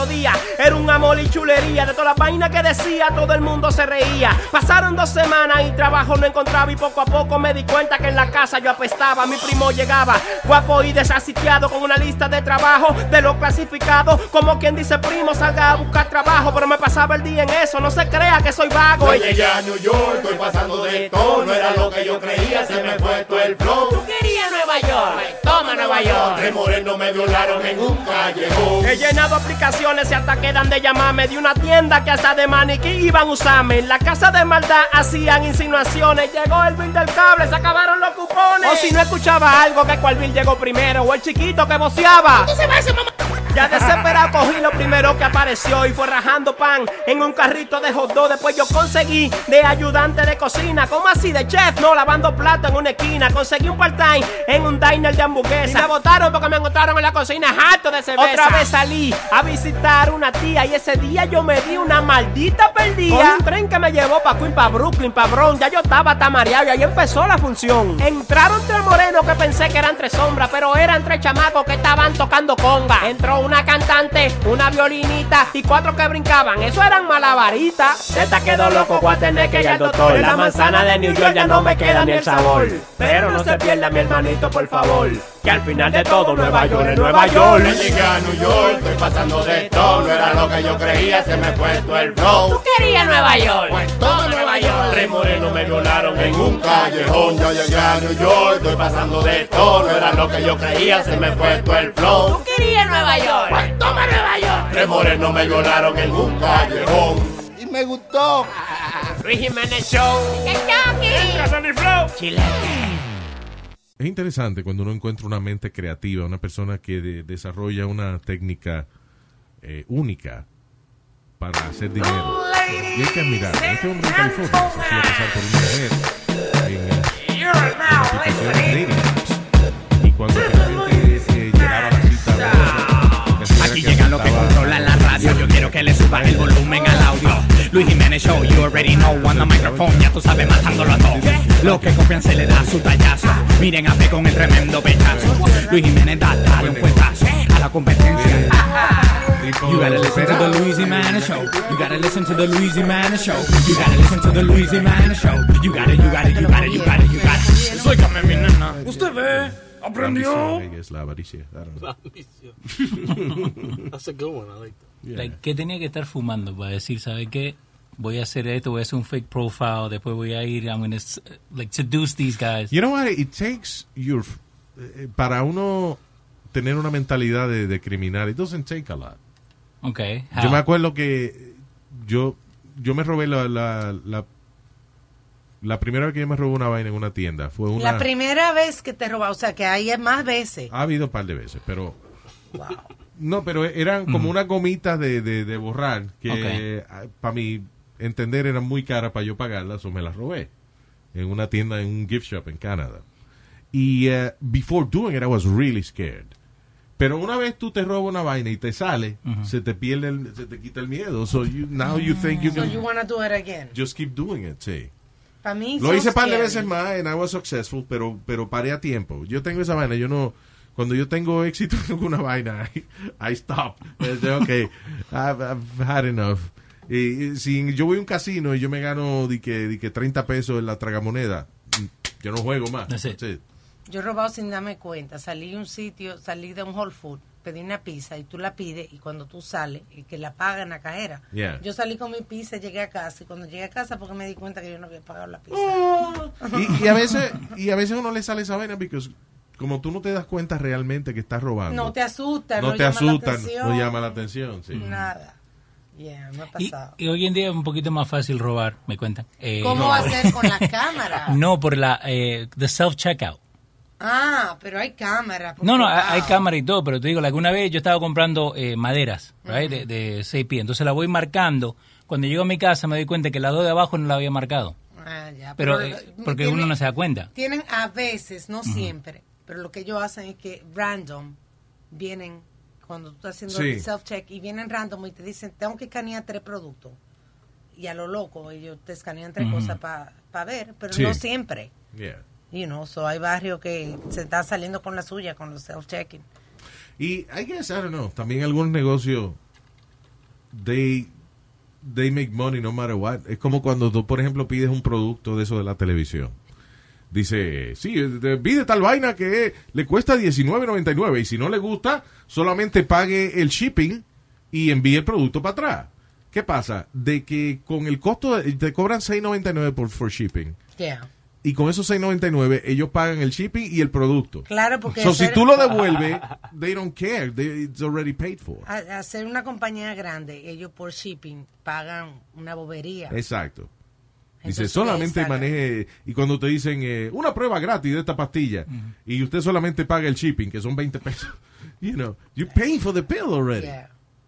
melodía. Era un amor y chulería. De todas las vainas que decía, todo el mundo se reía. Pasaron dos semanas y trabajo no encontraba. Y poco a poco me di cuenta que en la casa yo apestaba. Mi primo llegaba, guapo y desasitiado, con una lista de trabajo de lo clasificado. Como quien dice, primo, salga a buscar trabajo. Pero me pasaba el día en eso, no se crea que soy vago. Yo llegué a New York, estoy pasando de todo. No era lo que yo creía, se me fue todo el flow. Tú querías Nueva York, toma Nueva York. De moreno me violaron en un callejón. He llenado aplicaciones y hasta quedan de llamarme. De una tienda que hasta de maniquí iban a usarme. En la casa de maldad hacían insinuaciones. Llegó el bill del cable, se acabaron los cupones. O si no escuchaba algo, que cuál bill llegó primero. O el chiquito que voceaba. ¿Dónde se va ese mamá? Ya desesperado cogí lo primero que apareció y fue rajando pan en un carrito de hot dog. Después yo conseguí de ayudante de cocina. ¿Cómo así? De chef, no, lavando plato en una esquina. Conseguí un part-time en un diner de hamburguesa. Y me botaron porque me encontraron en la cocina harto de cerveza. Otra vez salí a visitar una tía y ese día yo me di una maldita perdida. Con un tren que me llevó pa' Queen, pa' Brooklyn, pa' Bronx. Ya yo estaba hasta mareado y ahí empezó la función. Entraron tres morenos que pensé que eran tres sombras, pero eran tres chamacos que estaban tocando conga. Entró una cantante, una violinita y cuatro que brincaban, eso eran malabaritas. Esta quedó loco, voy a tener que ir al doctor. La manzana de New York ya no me queda ni el sabor. Pero no se pierda mi hermanito, por favor, que al final de todo Nueva York es Nueva York. Yo llegué a New York, estoy pasando de todo. No era lo que yo creía, se me fue todo el flow. Tú querías Nueva York, pues toma Nueva York. Tres morenos me violaron en un callejón. Yo llegué a New York, estoy pasando de todo. No era lo que yo creía, se me fue todo el flow. Tú querías Nueva York, pues toma Nueva York. Tres morenos me violaron en un callejón. Y me gustó. Luis Jiménez Show. Entra Sony Flow. Chilete. Es interesante cuando uno encuentra una mente creativa, una persona que de, desarrolla una técnica eh, única para hacer dinero. Y hay que admirar. Este hombre en California se hacía pasar por una mujer en, en, en aplicaciones dating apps. Y cuando finalmente eh, llegaba la cita, aquí llegan los que controlan la radio. Yo quiero que le suban el volumen al audio. Luis Jiménez Show, you already know. On the microphone, ya tú sabes, matándolo a todos. Los que copian se le da su tallazo. Miren a Fe con el tremendo pechazo. Luis Jiménez da, dale un fuetazo a la competencia. You gotta listen to the Luis Jiménez Show. You gotta listen to the Luis Jiménez Show. You gotta listen to the Luis Jiménez Show. You gotta, you gotta, you gotta, you gotta, you gotta. Soy Carmen, mi nena. Usted ve. ¿Aprendió? La avaricia. La avaricia. That's a good one. I like that. Yeah. Like, ¿qué tenía que estar fumando para decir, ¿sabe qué? Voy a hacer esto, voy a hacer un fake profile, después voy a ir, I'm going to like seduce these guys. You know what? It takes your eh, para uno tener una mentalidad de, de criminal, it doesn't take a lot. Okay. How? Yo me acuerdo que yo yo me robé la la, la la primera vez que yo me robé una vaina en una tienda fue una... La primera vez que te robaba, o sea, que hay más veces. Ha habido un par de veces, pero... Wow. No, pero eran como mm. unas gomitas de, de, de borrar que okay. para mi entender eran muy caras para yo pagarlas o me las robé en una tienda, en un gift shop en Canadá. Y uh, before doing it, I was really scared. Pero una vez tú te robas una vaina y te sale, uh-huh. se te pierde, el, se te quita el miedo. So you, now you think you so can... you wanna do it again. Just keep doing it, sí. Para mí Lo so hice un par de veces más and I was successful, pero, pero paré a tiempo. Yo tengo esa vaina, yo no... Cuando yo tengo éxito en alguna vaina, I, I stop. Ok, I've, I've had enough. Y, si yo voy a un casino y yo me gano de que, de que treinta pesos en la tragamoneda, yo no juego más. That's it. That's it. Yo he robado sin darme cuenta. Salí de un sitio, salí de un Whole Food, pedí una pizza y tú la pides y cuando tú sales, y que la paga en la cajera. Yeah. Yo salí con mi pizza, llegué a casa y cuando llegué a casa porque me di cuenta que yo no había pagado la pizza. Oh. y, y, a veces, y a veces uno le sale esa vaina porque... Como tú no te das cuenta realmente que estás robando. No te asustan. No, no te asustan, no no llama la atención. Sí. Nada. Yeah, me ha pasado. Y, y hoy en día es un poquito más fácil robar, me cuentan. Eh, ¿Cómo no. va a ser con la cámara? No, por la eh, the self-checkout. Ah, pero hay cámara. No, no, wow. hay, hay cámara y todo, pero te digo, alguna vez yo estaba comprando eh, maderas, right, uh-huh. de, de seis pies, entonces la voy marcando. Cuando llego a mi casa me doy cuenta que la dos de abajo no la había marcado. Ah, ya. Pero, pero eh, porque tienen, uno no se da cuenta. Tienen a veces, no uh-huh. siempre, pero lo que ellos hacen es que random vienen, cuando tú estás haciendo sí. el self-check, y vienen random y te dicen, tengo que escanear tres productos. Y a lo loco, ellos te escanean tres uh-huh. cosas para pa ver, pero sí. no siempre. Yeah. You know, so hay barrios que se están saliendo con la suya, con los self-checking. Y I guess, I don't know, también algunos negocios they, they make money no matter what. Es como cuando tú, por ejemplo, pides un producto de eso de la televisión. Dice, sí, pide tal vaina que le cuesta diecinueve noventa y nueve y si no le gusta, solamente pague el shipping y envíe el producto para atrás. ¿Qué pasa? De que con el costo, de, te cobran seis noventa y nueve por for shipping. Yeah. Y con esos seis noventa y nueve ellos pagan el shipping y el producto. Claro, porque... So, si tú lo devuelves, they don't care. They, it's already paid for. A, hacer una compañía grande, ellos por shipping pagan una bobería. Exacto. Dice, Entonces, solamente maneje, y cuando te dicen eh, una prueba gratis de esta pastilla, uh-huh. y usted solamente paga el shipping, que son veinte pesos, you know, you're paying for the pill already. Yeah.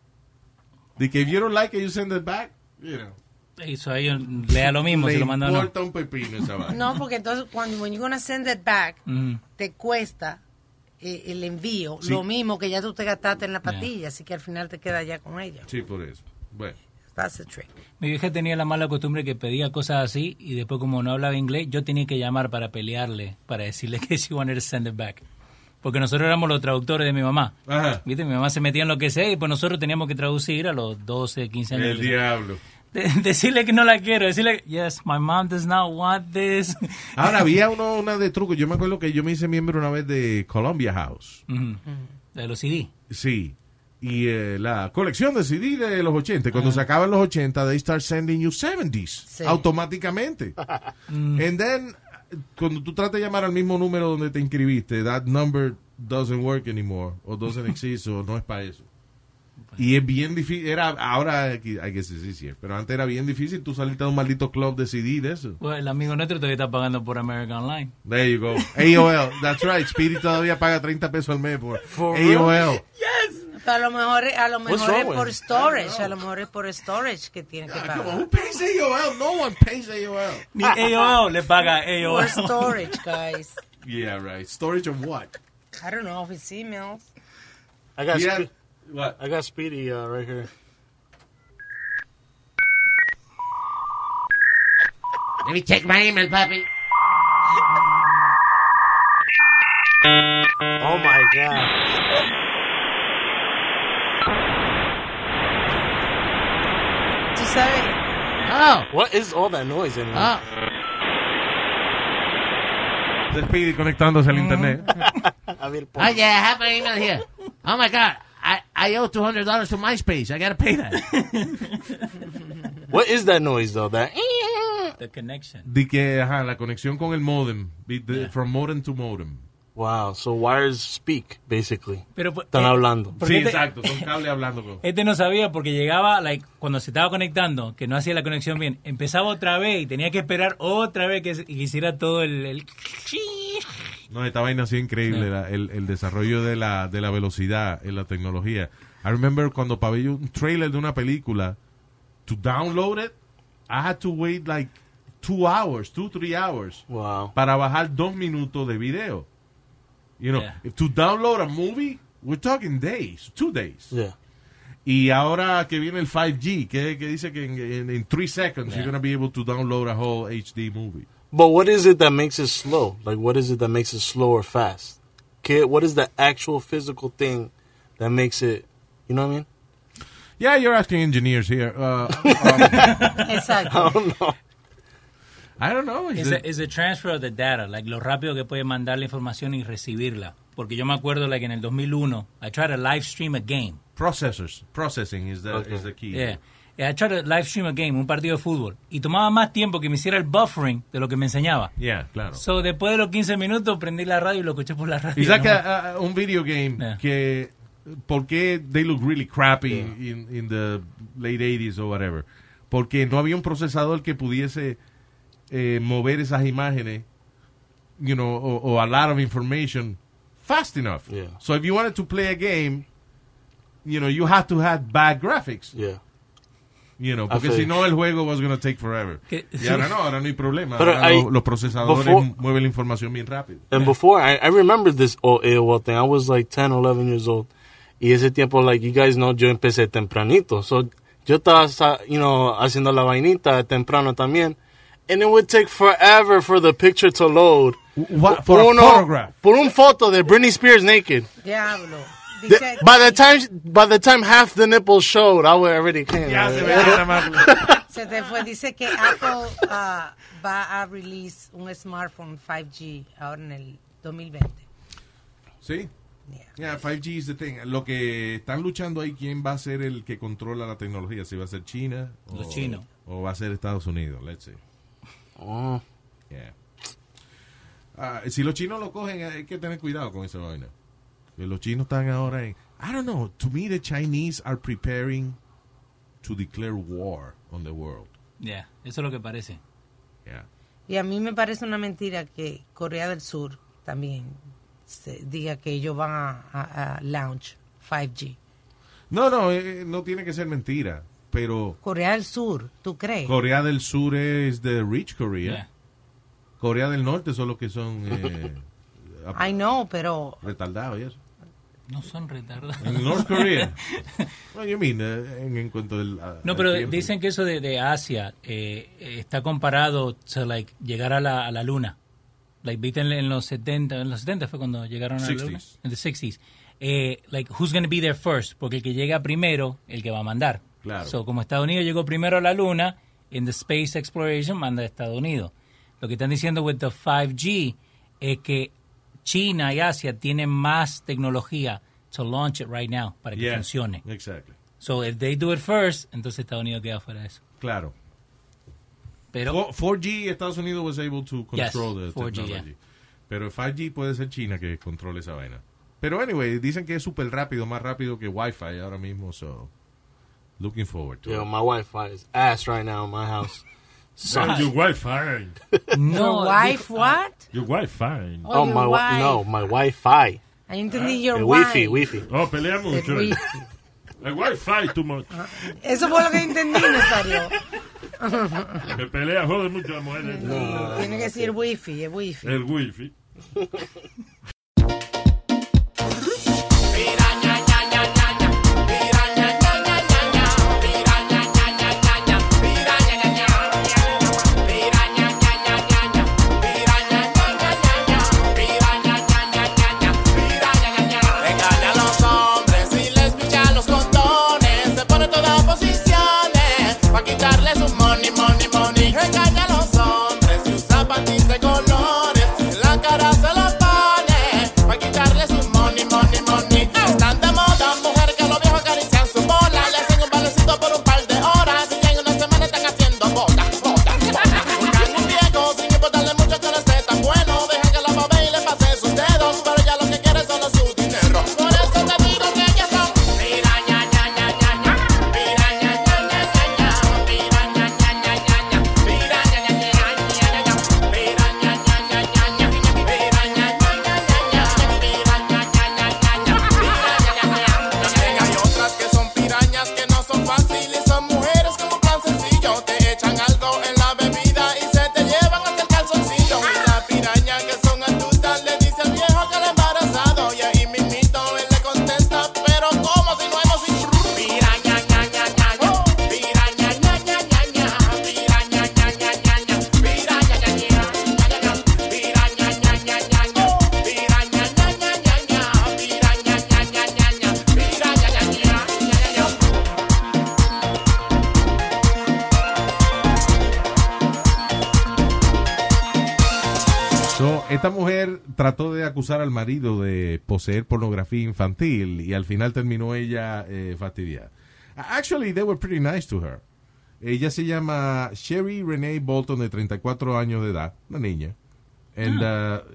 De que if you don't like it, you send it back, you know. Eso ahí lea lo mismo, Le se lo mandan. Le importa un pepino esa vaina. No, porque entonces cuando when you're gonna send it back, uh-huh. te cuesta eh, el envío, sí. lo mismo que ya tú te gastaste en la pastilla, yeah. así que al final te quedas ya con ella. Sí, por eso. Bueno. That's the trick. Mi vieja tenía la mala costumbre que pedía cosas así y después como no hablaba inglés, yo tenía que llamar para pelearle, para decirle que she wanted to send it back. Porque nosotros éramos los traductores de mi mamá. Ajá. ¿Viste? Mi mamá se metía en lo que sea y pues nosotros teníamos que traducir a los doce, quince años. El diablo. De, decirle que no la quiero, decirle, yes, my mom does not want this. Ahora, había uno, una de truco. Yo me acuerdo que yo me hice miembro una vez de Columbia House. Uh-huh. Uh-huh. De los C D. Sí. Y eh, la colección de C D de los ochenta, cuando uh-huh. se acaban los ochenta, they start sending you seventies sí. automáticamente. mm. And then, cuando tú tratas de llamar al mismo número donde te inscribiste, that number doesn't work anymore, o doesn't exist, o no es para eso. Y es bien difícil, era, ahora, I guess it's easier, pero antes era bien difícil tú salirte de un maldito club de C D de eso. Well, el amigo nuestro todavía está pagando por American Online. There you go. A O L, that's right, Speedy todavía paga treinta pesos al mes por For A O L. Yes. A lo mejor, a lo mejor es por storage, a lo mejor es por storage que tiene que pagar. Who pays A O L? No one pays A O L. Ni A O L le paga A O L. For storage, guys. Yeah, right. Storage of what? I don't know if it's emails. I got yeah. Spe- what? I got Speedy uh, right here. Let me check my email, papi. Oh my God. ¿Tú sabes? Oh. What is all that noise in here? Oh. The Speedy conectándose al internet. Oh yeah, I have my email here. Oh my God, I, I owe two hundred dollars to MySpace. I gotta pay that. What is that noise though? That the connection. De que ajá, la conexión con el modem, the, yeah. from modem to modem. Wow, so wires speak, basically. Pero, Están eh, hablando. Sí, este, exacto, son cables hablando. Este no sabía porque llegaba, like, cuando se estaba conectando, que no hacía la conexión bien, empezaba otra vez y tenía que esperar otra vez que, que hiciera todo el... el... No, esta vaina ha sido increíble, sí. la, el, el desarrollo de la, de la velocidad en la tecnología. I remember cuando para ver un trailer de una película, to download it, I had to wait like two hours, two, three hours, wow. para bajar dos minutos de video. You know, yeah. if to download a movie, we're talking days, two days. Yeah. Y ahora que viene el five G, que, que dice que in, in three seconds yeah. you're going to be able to download a whole H D movie. But what is it that makes it slow? Like, what is it that makes it slow or fast? Okay, what is the actual physical thing that makes it, you know what I mean? Yeah, you're asking engineers here. Uh, um, Exactly. I don't know. I don't know. Is it, is the transfer of the data, like lo rápido que puede mandar la información y recibirla. Porque yo me acuerdo, like en el dos mil uno, I tried to live stream a game. Processors, processing is the okay. is the key. Yeah. yeah, I tried to live stream a game, un partido de fútbol, y tomaba más tiempo que me hiciera el buffering de lo que me enseñaba. Yeah, claro. So después de los quince minutos prendí la radio y lo escuché por la radio. It's like a, a, un video game yeah. que ¿por qué they look really crappy yeah. in in the late eighties or whatever? Porque no había un procesador que pudiese Eh, mover esas imágenes, you know, or, or a lot of information fast enough. Yeah. So if you wanted to play a game, you know, you have to have bad graphics. Yeah. You know, porque si no el juego was going to take forever. ¿Qué? Y ahora no, ahora no hay problema. Pero ahora I, lo, los procesadores before, mueven la información bien rápido. And yeah. before, I, I remember this A O L thing. I was like ten, eleven years old. Y ese tiempo, like, you guys know, yo empecé tempranito. So, yo estaba, you know, haciendo la vainita temprano también. And it would take forever for the picture to load. What, for uno, a photograph? Por un foto de Britney Spears naked. Diablo. The, by the time by the time half the nipples showed, I would already came. Ya se veía más. Se te fue. Dice que Apple uh, va a release un smartphone five G ahora en el dos mil veinte. Sí. Yeah, five G is the thing. Lo que están luchando ahí, ¿quién va a ser el que controla la tecnología? Si va a ser China Los o, chinos. o va a ser Estados Unidos, let's say. Oh. Yeah. Uh, si los chinos lo cogen, hay que tener cuidado con esa vaina. Que los chinos están ahora en... I don't know. To me, the Chinese are preparing to declare war on the world. Yeah, eso es lo que parece. Yeah. Y a mí me parece una mentira que Corea del Sur también se diga que ellos van a, a, a launch five G. No, no, eh, no tiene que ser mentira, pero... Corea del Sur, ¿tú crees? Corea del Sur es the rich Korea. Yeah. Corea del Norte son los que son... Eh, I know, pero... retardados y eso. No son retardados. En North Korea. What do you mean? Uh, en, en cuanto del... Uh, no, pero dicen que eso de, de Asia eh, está comparado to, like, llegar a la, a la luna. Like, viste en, en los setenta, en los setenta fue cuando llegaron a la luna. En los sesenta. Eh, like, who's going to be there first? Porque el que llega primero, el que va a mandar. Claro. So, como Estados Unidos llegó primero a la luna, en the space exploration manda a Estados Unidos. Lo que están diciendo with the five G es que China y Asia tienen más tecnología to launch it right now para que yeah, funcione. Exactly. So if they do it first, entonces Estados Unidos queda fuera de eso. Claro. Pero four G Estados Unidos was able to control yes, the four G, technology. yeah. Pero five G puede ser China que controle esa vaina. Pero anyway, dicen que es súper rápido, más rápido que Wi-Fi ahora mismo, so looking forward to Yo, it. my Wi-Fi is ass right now in my house. So your Wi-Fi. No, your wife what? Your Wi-Fi. Oh, Oh, my your wi- wife. no, my Wi-Fi. I entendí your El wife. Wi-Fi, Wi-Fi. Oh, pelea mucho. El El Wi-Fi too much. Eso fue lo que entendí, Nazario. Que pelea jode mucho a las mujeres. No. Tiene que decir wifi, es wifi. El Wi-Fi. Esta mujer trató de acusar al marido de poseer pornografía infantil y al final terminó ella eh, fastidiada. Actually, they were pretty nice to her. Ella se llama Sherry Renee Bolton, de treinta y cuatro años de edad, una niña. And, uh,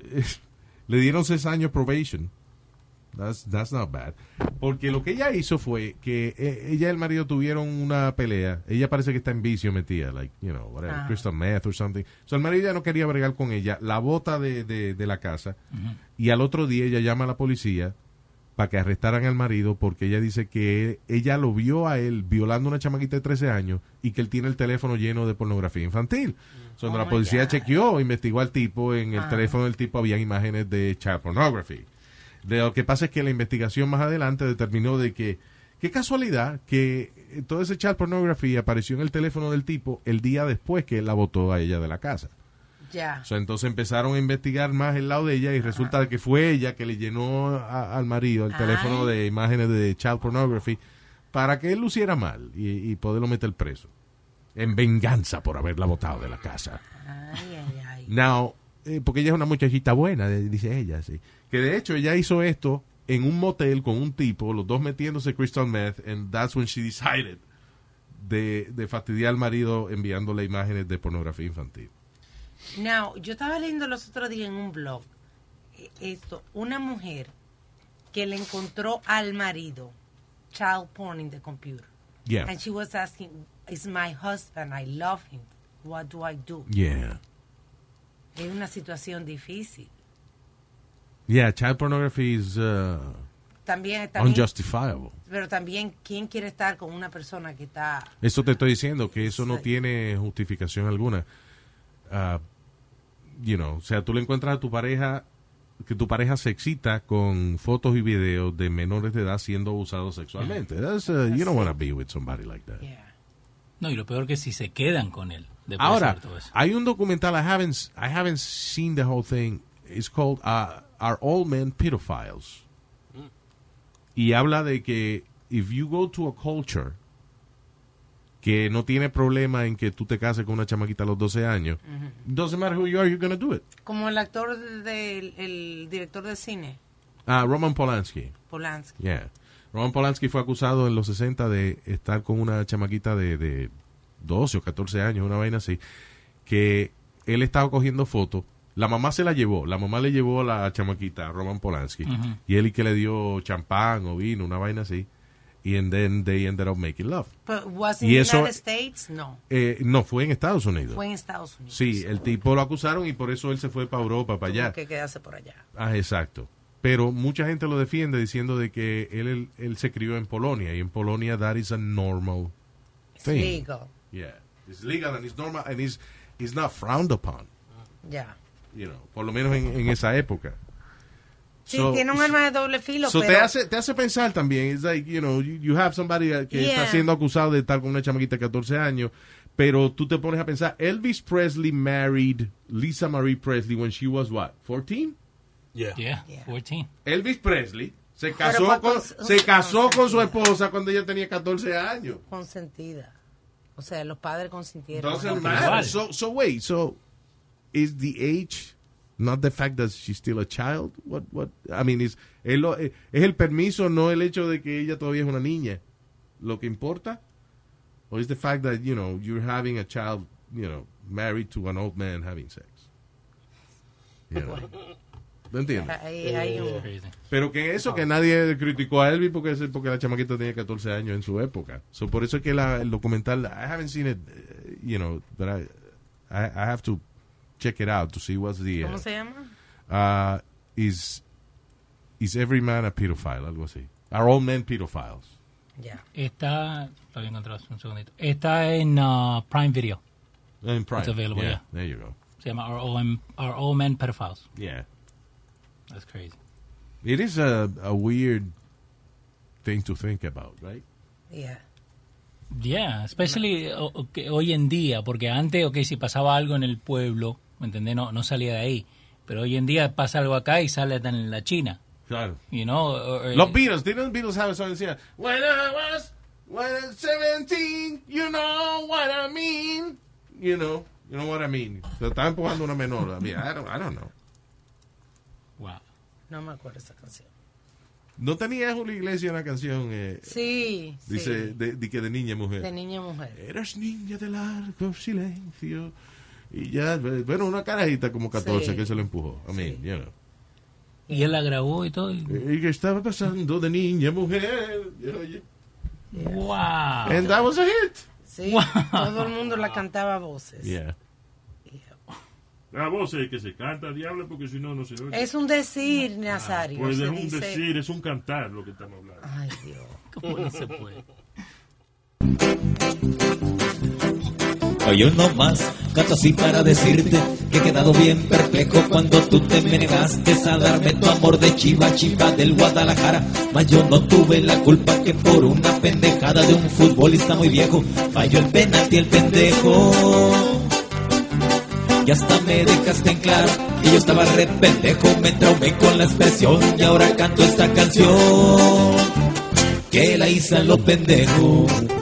le dieron seis años probation. That's, that's not bad. Porque lo que ella hizo fue que eh, ella y el marido tuvieron una pelea. Ella parece que está en vicio metida, like, you know, whatever, ah. crystal meth or something. So el marido ya no quería bregar con ella, la bota de, de, de la casa, uh-huh. y al otro día ella llama a la policía para que arrestaran al marido porque ella dice que ella lo vio a él violando a una chamaquita de trece años y que él tiene el teléfono lleno de pornografía infantil. So, cuando oh la policía God. chequeó, investigó al tipo, en el ah. teléfono del tipo había imágenes de child pornography. De lo que pasa es que la investigación más adelante determinó de que, qué casualidad, que todo ese child pornography apareció en el teléfono del tipo el día después que él la botó a ella de la casa. Ya. O sea, entonces empezaron a investigar más el lado de ella y resulta uh-huh. que fue ella que le llenó a, al marido el Ay. teléfono de imágenes de child pornography para que él luciera mal y, y poderlo meter preso. En venganza por haberla botado de la casa. Ay, ay, ay. Now, eh, porque ella es una muchachita buena, dice ella, sí. Que de hecho ella hizo esto en un motel con un tipo, los dos metiéndose crystal meth, and that's when she decided de, de fastidiar al marido enviándole imágenes de pornografía infantil. Now, yo estaba leyendo los otros días en un blog esto, una mujer que le encontró al marido child porn in the computer. Yeah. And she was asking, "Is my husband, I love him. What do I do?" Yeah. Es una situación difícil. Yeah, child pornography is uh, también, también unjustifiable. Pero también, ¿quién quiere estar con una persona que está...? Eso te estoy diciendo, que eso no tiene justificación alguna. Uh, you know, o sea, tú le encuentras a tu pareja, que tu pareja se excita con fotos y videos de menores de edad siendo abusados sexualmente. That's, uh, you don't want to be with somebody like that. Yeah. No, y lo peor que si se quedan con él. Ahora, de todo eso. hay un documental, I haven't, I haven't seen the whole thing. It's called uh, Are All Men Pedophiles? Mm. Y habla de que if you go to a culture que no tiene problema en que tú te cases con una chamaquita a los doce años, uh-huh. doesn't matter who you are, you're going to do it. Como el actor del de, el director de cine. Ah, uh, Roman Polanski. Polanski. Yeah. Roman Polanski fue acusado en los sesenta de estar con una chamaquita de, de doce o catorce años, una vaina así, que él estaba cogiendo fotos. La mamá se la llevó, la mamá le llevó a la chamaquita, a Roman Polanski, uh-huh. y él y que le dio champán o vino, una vaina así, y and then they ended up making love. But was in the United States? No. Eh, no, fue en Estados Unidos. Fue en Estados Unidos. Sí, el tipo lo acusaron y por eso él se fue para Europa, para allá. Tuvo que quedarse por allá. Ah, exacto. Pero mucha gente lo defiende diciendo de que él, él, él se crió en Polonia, y en Polonia that is a normal thing. It's legal. Yeah, it's legal and it's normal and it's, it's not frowned upon. Ya. Yeah. You know, por lo menos en, en esa época. Sí, so, tiene un arma de doble filo, so pero... te hace, te hace pensar también, it's like, you know, you, you have somebody que yeah. está siendo acusado de estar con una chamaquita de catorce años, pero tú te pones a pensar, Elvis Presley married Lisa Marie Presley when she was what, fourteen? Yeah. Yeah, fourteen. Elvis Presley se casó con, con se casó con su esposa cuando ella tenía catorce años. Consentida. O sea, los padres consintieron. Doesn't matter. So, so wait, so is the age not the fact that she's still a child? What what I mean is es, lo, es el permiso, no el hecho de que ella todavía es una niña lo que importa? Or is the fact that, you know, you're having a child, you know, married to an old man having sex? You know. ¿No entiendes? Hay, hay un... Pero que eso, que nadie criticó a Elvis porque, porque la chamaquita tenía catorce años en su época. So, por eso es que la, el documental, I haven't seen it, you know, but I, I, I have to check it out to see what's the... ¿Cómo uh, se llama? Uh, is, is Every Man a Pedophile? Algo así. Are All Men Pedophiles? Yeah. Está, lo había encontrado un segundito. Está en uh, Prime Video. In Prime. It's available, yeah, yeah. There you go. Se llama Are All, Men, Are All Men Pedophiles. Yeah. That's crazy. It is a, a weird thing to think about, right? Yeah. Yeah, especially no. o, okay, hoy en día, porque antes, ok, si pasaba algo en el pueblo, ¿me entendés? No, no salía de ahí. Pero hoy en día pasa algo acá y sale hasta en la China. Claro. You know, or, Los Beatles, didn't the Beatles have a song that said, when I was, when I was seventeen, you know what I mean? You know, you know what I mean. Se está empujando una menor. I mean, I don't, I don't know. Wow. No me acuerdo esa canción. ¿No tenía Julio Iglesias una canción? Eh, sí, dice, sí. De, de que de niña mujer. De niña mujer. Eras niña de largo silencio. Y ya, bueno, una carajita como catorce sí. que se lo empujó. I mean, sí. you know. Y él la grabó y todo. Y, y que estaba pasando de niña mujer. Oye. Yeah. Wow. And that was a hit. Sí, wow. Todo el mundo la cantaba a voces. Yeah. La voz es que se canta, diablo, porque si no, no se oye. Es un decir, Nazario. Ah, pues es un dice... decir, es un cantar lo que estamos hablando. Ay, Dios. ¿Cómo no se puede? Yo nomás canto así para decirte que he quedado bien perplejo cuando tú te me negaste a darme tu amor de chiva, chiva del Guadalajara. Mas yo no tuve la culpa que por una pendejada de un futbolista muy viejo falló el penalti el pendejo. y hasta me dejaste en claro que yo estaba re pendejo, me traumé con la expresión y ahora canto esta canción que la hice a lo pendejo.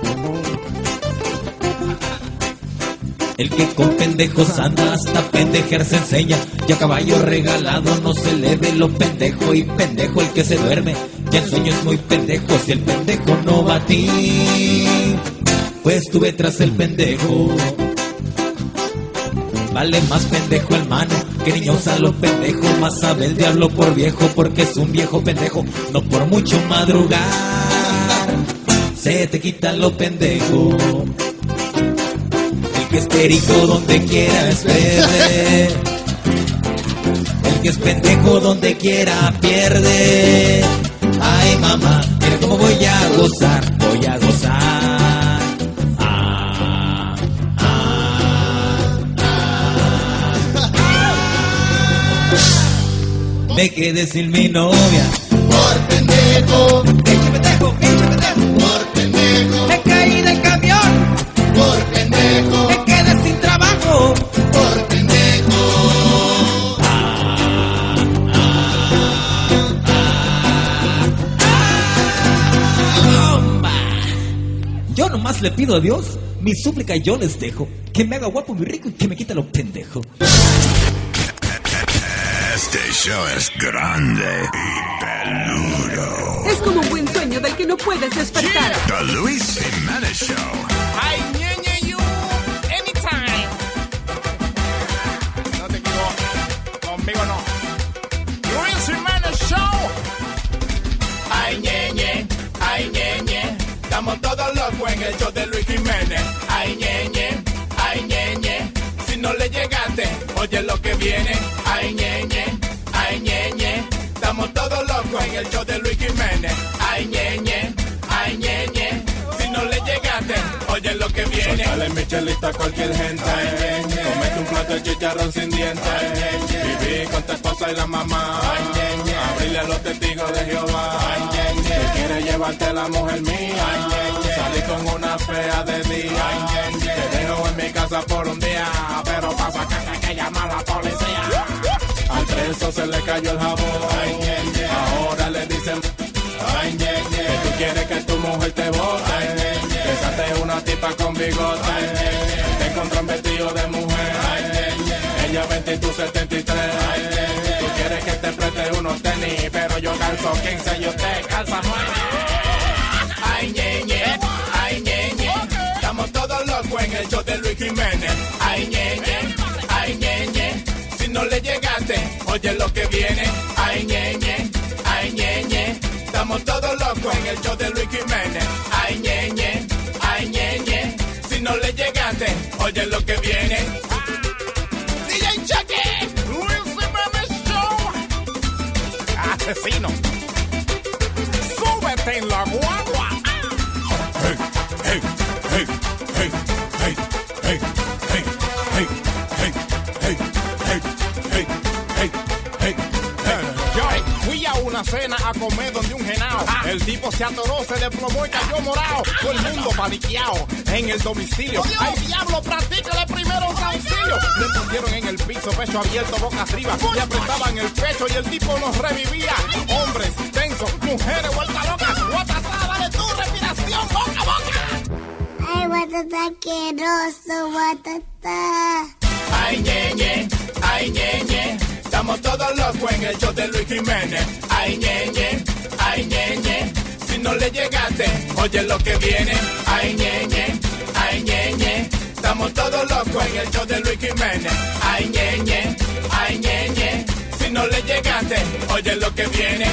El que con pendejos anda hasta pendejear se enseña, y a caballo regalado no se le ve lo pendejo, y pendejo el que se duerme, y el sueño es muy pendejo si el pendejo no va a ti, pues tuve tras el pendejo. Vale más pendejo el mano que niños a lo pendejo, más sabe el diablo por viejo, porque es un viejo pendejo, no por mucho madrugar se te quita lo pendejo. El que es perico donde quiera es perder, el que es pendejo donde quiera pierde. Ay mamá, mira cómo voy a gozar, voy a gozar. Ah, ah, ah. Me quedé sin mi novia por pendejo, pinche pendejo, pinche pendejo, por pendejo. Me caí del camión por pendejo, me quedé sin trabajo por pendejo. Ah, ah, ah, bomba. Yo nomás le pido a Dios mi súplica y yo les dejo que me haga guapo, muy rico y que me quite lo pendejo. Este show es grande y peludo. Es como un buen sueño del que no puedes despertar. The Luis Jiménez Show. Ay, ñeñe, you, anytime. No te equivoques, conmigo no. Luis Jiménez Show. Ay, ñeñe, ay, ñeñe, estamos todos locos en el show de Luis Jiménez. Ay, ñeñe, ay, ñeñe, si no le llegaste, oye lo que viene. Ay, ñeñe, ay, ñeñe, estamos todos locos en el show de Luis Jiménez. Ay, ñeñe, ay, ñeñe, si no le llegaste, oye lo que viene. Dale michelita a cualquier gente. Comete un plato de chicharrón sin dientes. Viví con tu esposa y la mamá. Abrirle a los testigos de Jehová. Que quiere llevarte la mujer mía. Salí con una fea de día. Te dejo en mi casa por un día, pero pasa que hay que llamar a la policía. Al preso se le cayó el jabón. Ahora le dicen ay, que tú quieres que tu mujer te bote. Besaste una tipa con bigote. Te encontró en vestido de mujer. Ella veinte y tú setenta y tres. Tú quieres que te preste unos tenis, pero yo calzo quince y usted calza nueve. Ay, ñeñe, ay, ñeñe, estamos todos locos en el show de Luis Jiménez. Ay, ñeñe, ay, ñeñe, si no le llegaste, oye lo que viene. Ay, ñeñe, ay, ñeñe, estamos todos locos en el show de Luis Jiménez. Ay, ñeñe, ay, ñeñe, si no le llegaste, oye lo que viene. D J Chucky, Luis Jiménez Show. Asesino. Súbete en la guagua. Hey, hey, hey, hey, hey, hey, hey, hey, hey, hey, hey, hey, hey, hey, hey. Yo fui a una cena a comer donde un genao. El tipo se atoró, se desplomó y cayó morado. Todo el mundo paniqueado en el domicilio. ¡Ay, diablo, practícale primero un auxilio! Le pusieron en el piso, pecho abierto, boca arriba. Le apretaban el pecho y el tipo nos revivía. Hombres tensos, mujeres vueltas locas. Guatatá, dale tu respiración, boca a boca. Ay, guatatá, asqueroso, guatatá. Ay, ñeñe, ay, ñeñe, estamos todos locos en el show de Luis Jiménez. Ay, ñeñe, ay, ñeñe, si no le llegaste, oye lo que viene. Ay, ñeñe, ay, ñeñe, estamos todos locos en el show de Luis Jiménez. Ay, ñeñe, ay, ñeñe, si no le llegaste, oye lo que viene.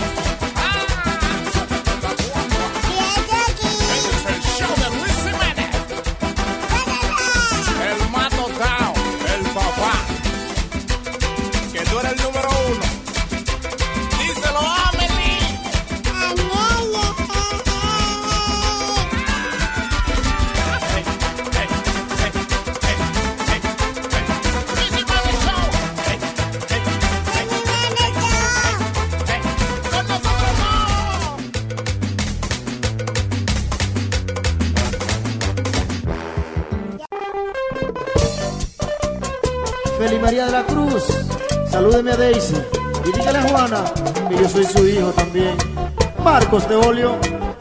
Tú eres el número uno. Díselo, Amelie. Hey, hey, hey, hey, hey, hey. Luis Jiménez Show. Hey, hey, hey, hey, hey, hey. Con nosotros. Feli María de la Cruz, salúdeme a Daisy y dígale a Juana que yo soy su hijo también. Marcos Teolio.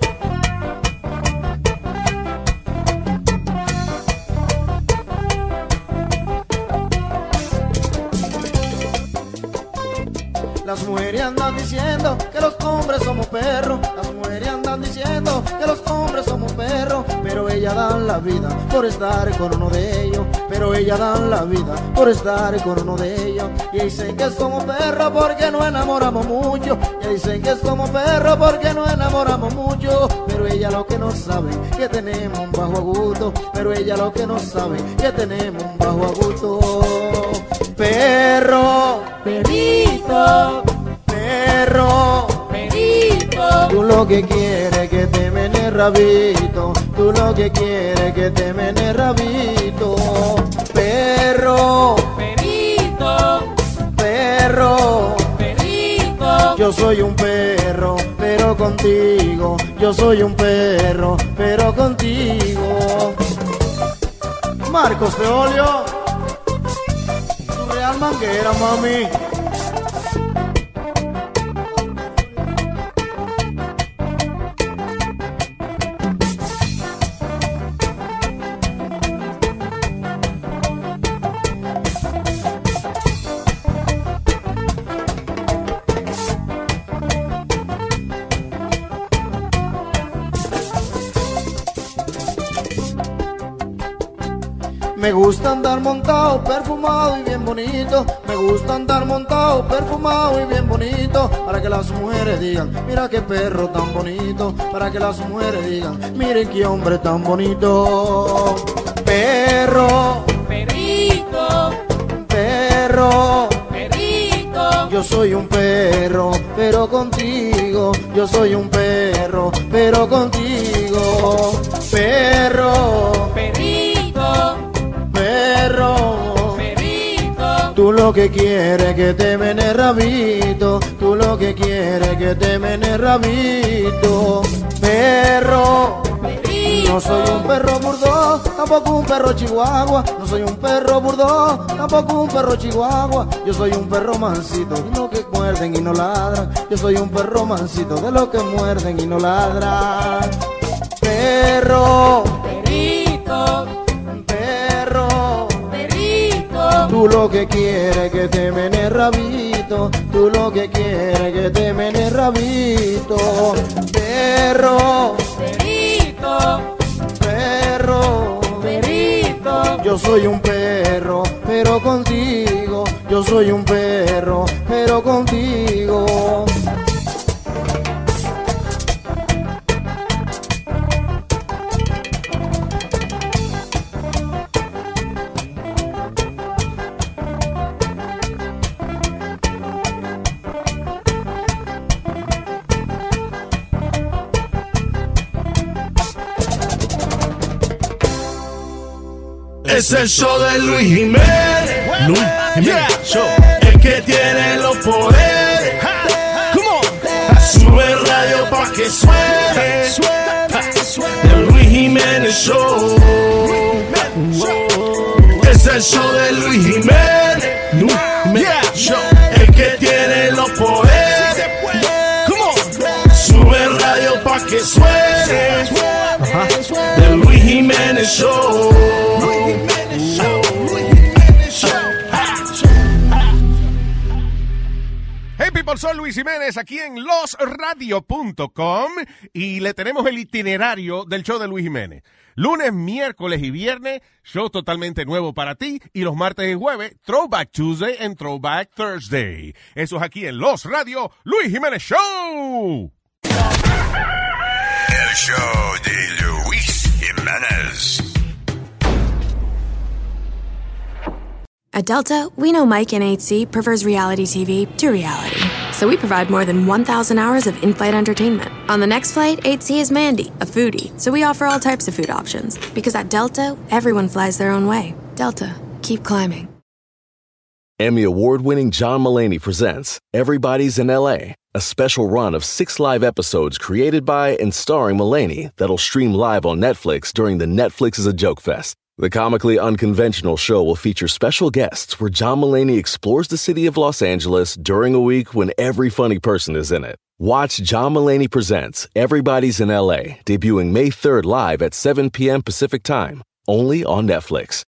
Las mujeres andan diciendo que los hombres somos perros. Las mujeres andan diciendo que los hombres somos perros. Pero ellas dan la vida por estar con uno de ellos. Pero ellas dan la vida por estar con uno de ellos. Y dicen que somos perros porque no enamoramos mucho. Y dicen que somos perros porque no enamoramos mucho. Pero ellas lo que no saben que tenemos un bajo agudo. Pero ellas lo que no saben que tenemos un bajo agudo. Perro, perrito, perro, perrito. Tú lo que quieres que te mene rabito. Tú lo que quieres que te mene rabito. Perro, perrito, perro, perrito. Yo soy un perro, pero contigo. Yo soy un perro, pero contigo. Marcos Teolio. Real manguera, mami. Me gusta andar montado, perfumado y bien bonito. Me gusta andar montado, perfumado y bien bonito. Para que las mujeres digan, mira qué perro tan bonito. Para que las mujeres digan, miren qué hombre tan bonito. Perro, perrito, perro, perrito. Yo soy un perro, pero contigo. Yo soy un perro, pero contigo. Perro, perrito, perro, perrito. Tú lo que quieres que te mene rabito. Tú lo que quieres que te mene rabito. Perro, perrito. No soy un perro burdo, tampoco un perro chihuahua. No soy un perro burdo, tampoco un perro chihuahua. Yo soy un perro mansito, de los que muerden y no ladran. Yo soy un perro mansito, de los que muerden y no ladran. Perro, perrito, perro, perrito. Tú lo que quieres que te mene rabito. Tú lo que quieres que te mene rabito. Perro, perrito, perro, perrito. Yo soy un perro, pero contigo. Yo soy un perro, pero contigo. Es el show de Luis Jiménez. Luis Jiménez Show. El que tiene los poderes. Come on. Sube radio pa' que suene. El Luis Jiménez Show. Es el show de Luis Jiménez. Luis Jiménez Show. El que tiene los poderes. Come on. Sube radio pa' que suene. El Luis Jiménez Show. Hey people, soy Luis Jiménez aquí en los radio punto com y le tenemos el itinerario del show de Luis Jiménez. Lunes, miércoles y viernes, show totalmente nuevo para ti. Y los martes y jueves, Throwback Tuesday and Throwback Thursday. Eso es aquí en Los Radio, Luis Jiménez Show. El show de Luis Jiménez. At Delta, we know Mike in eight C prefers reality T V to reality. So we provide more than one thousand hours of in-flight entertainment. On the next flight, eight C is Mandy, a foodie. So we offer all types of food options. Because at Delta, everyone flies their own way. Delta, keep climbing. Emmy award-winning John Mulaney presents Everybody's in L A, a special run of six live episodes created by and starring Mulaney that'll stream live on Netflix during the Netflix is a Joke Fest. The comically unconventional show will feature special guests where John Mulaney explores the city of Los Angeles during a week when every funny person is in it. Watch John Mulaney Presents Everybody's in L A, debuting May third live at seven p.m. Pacific Time, only on Netflix.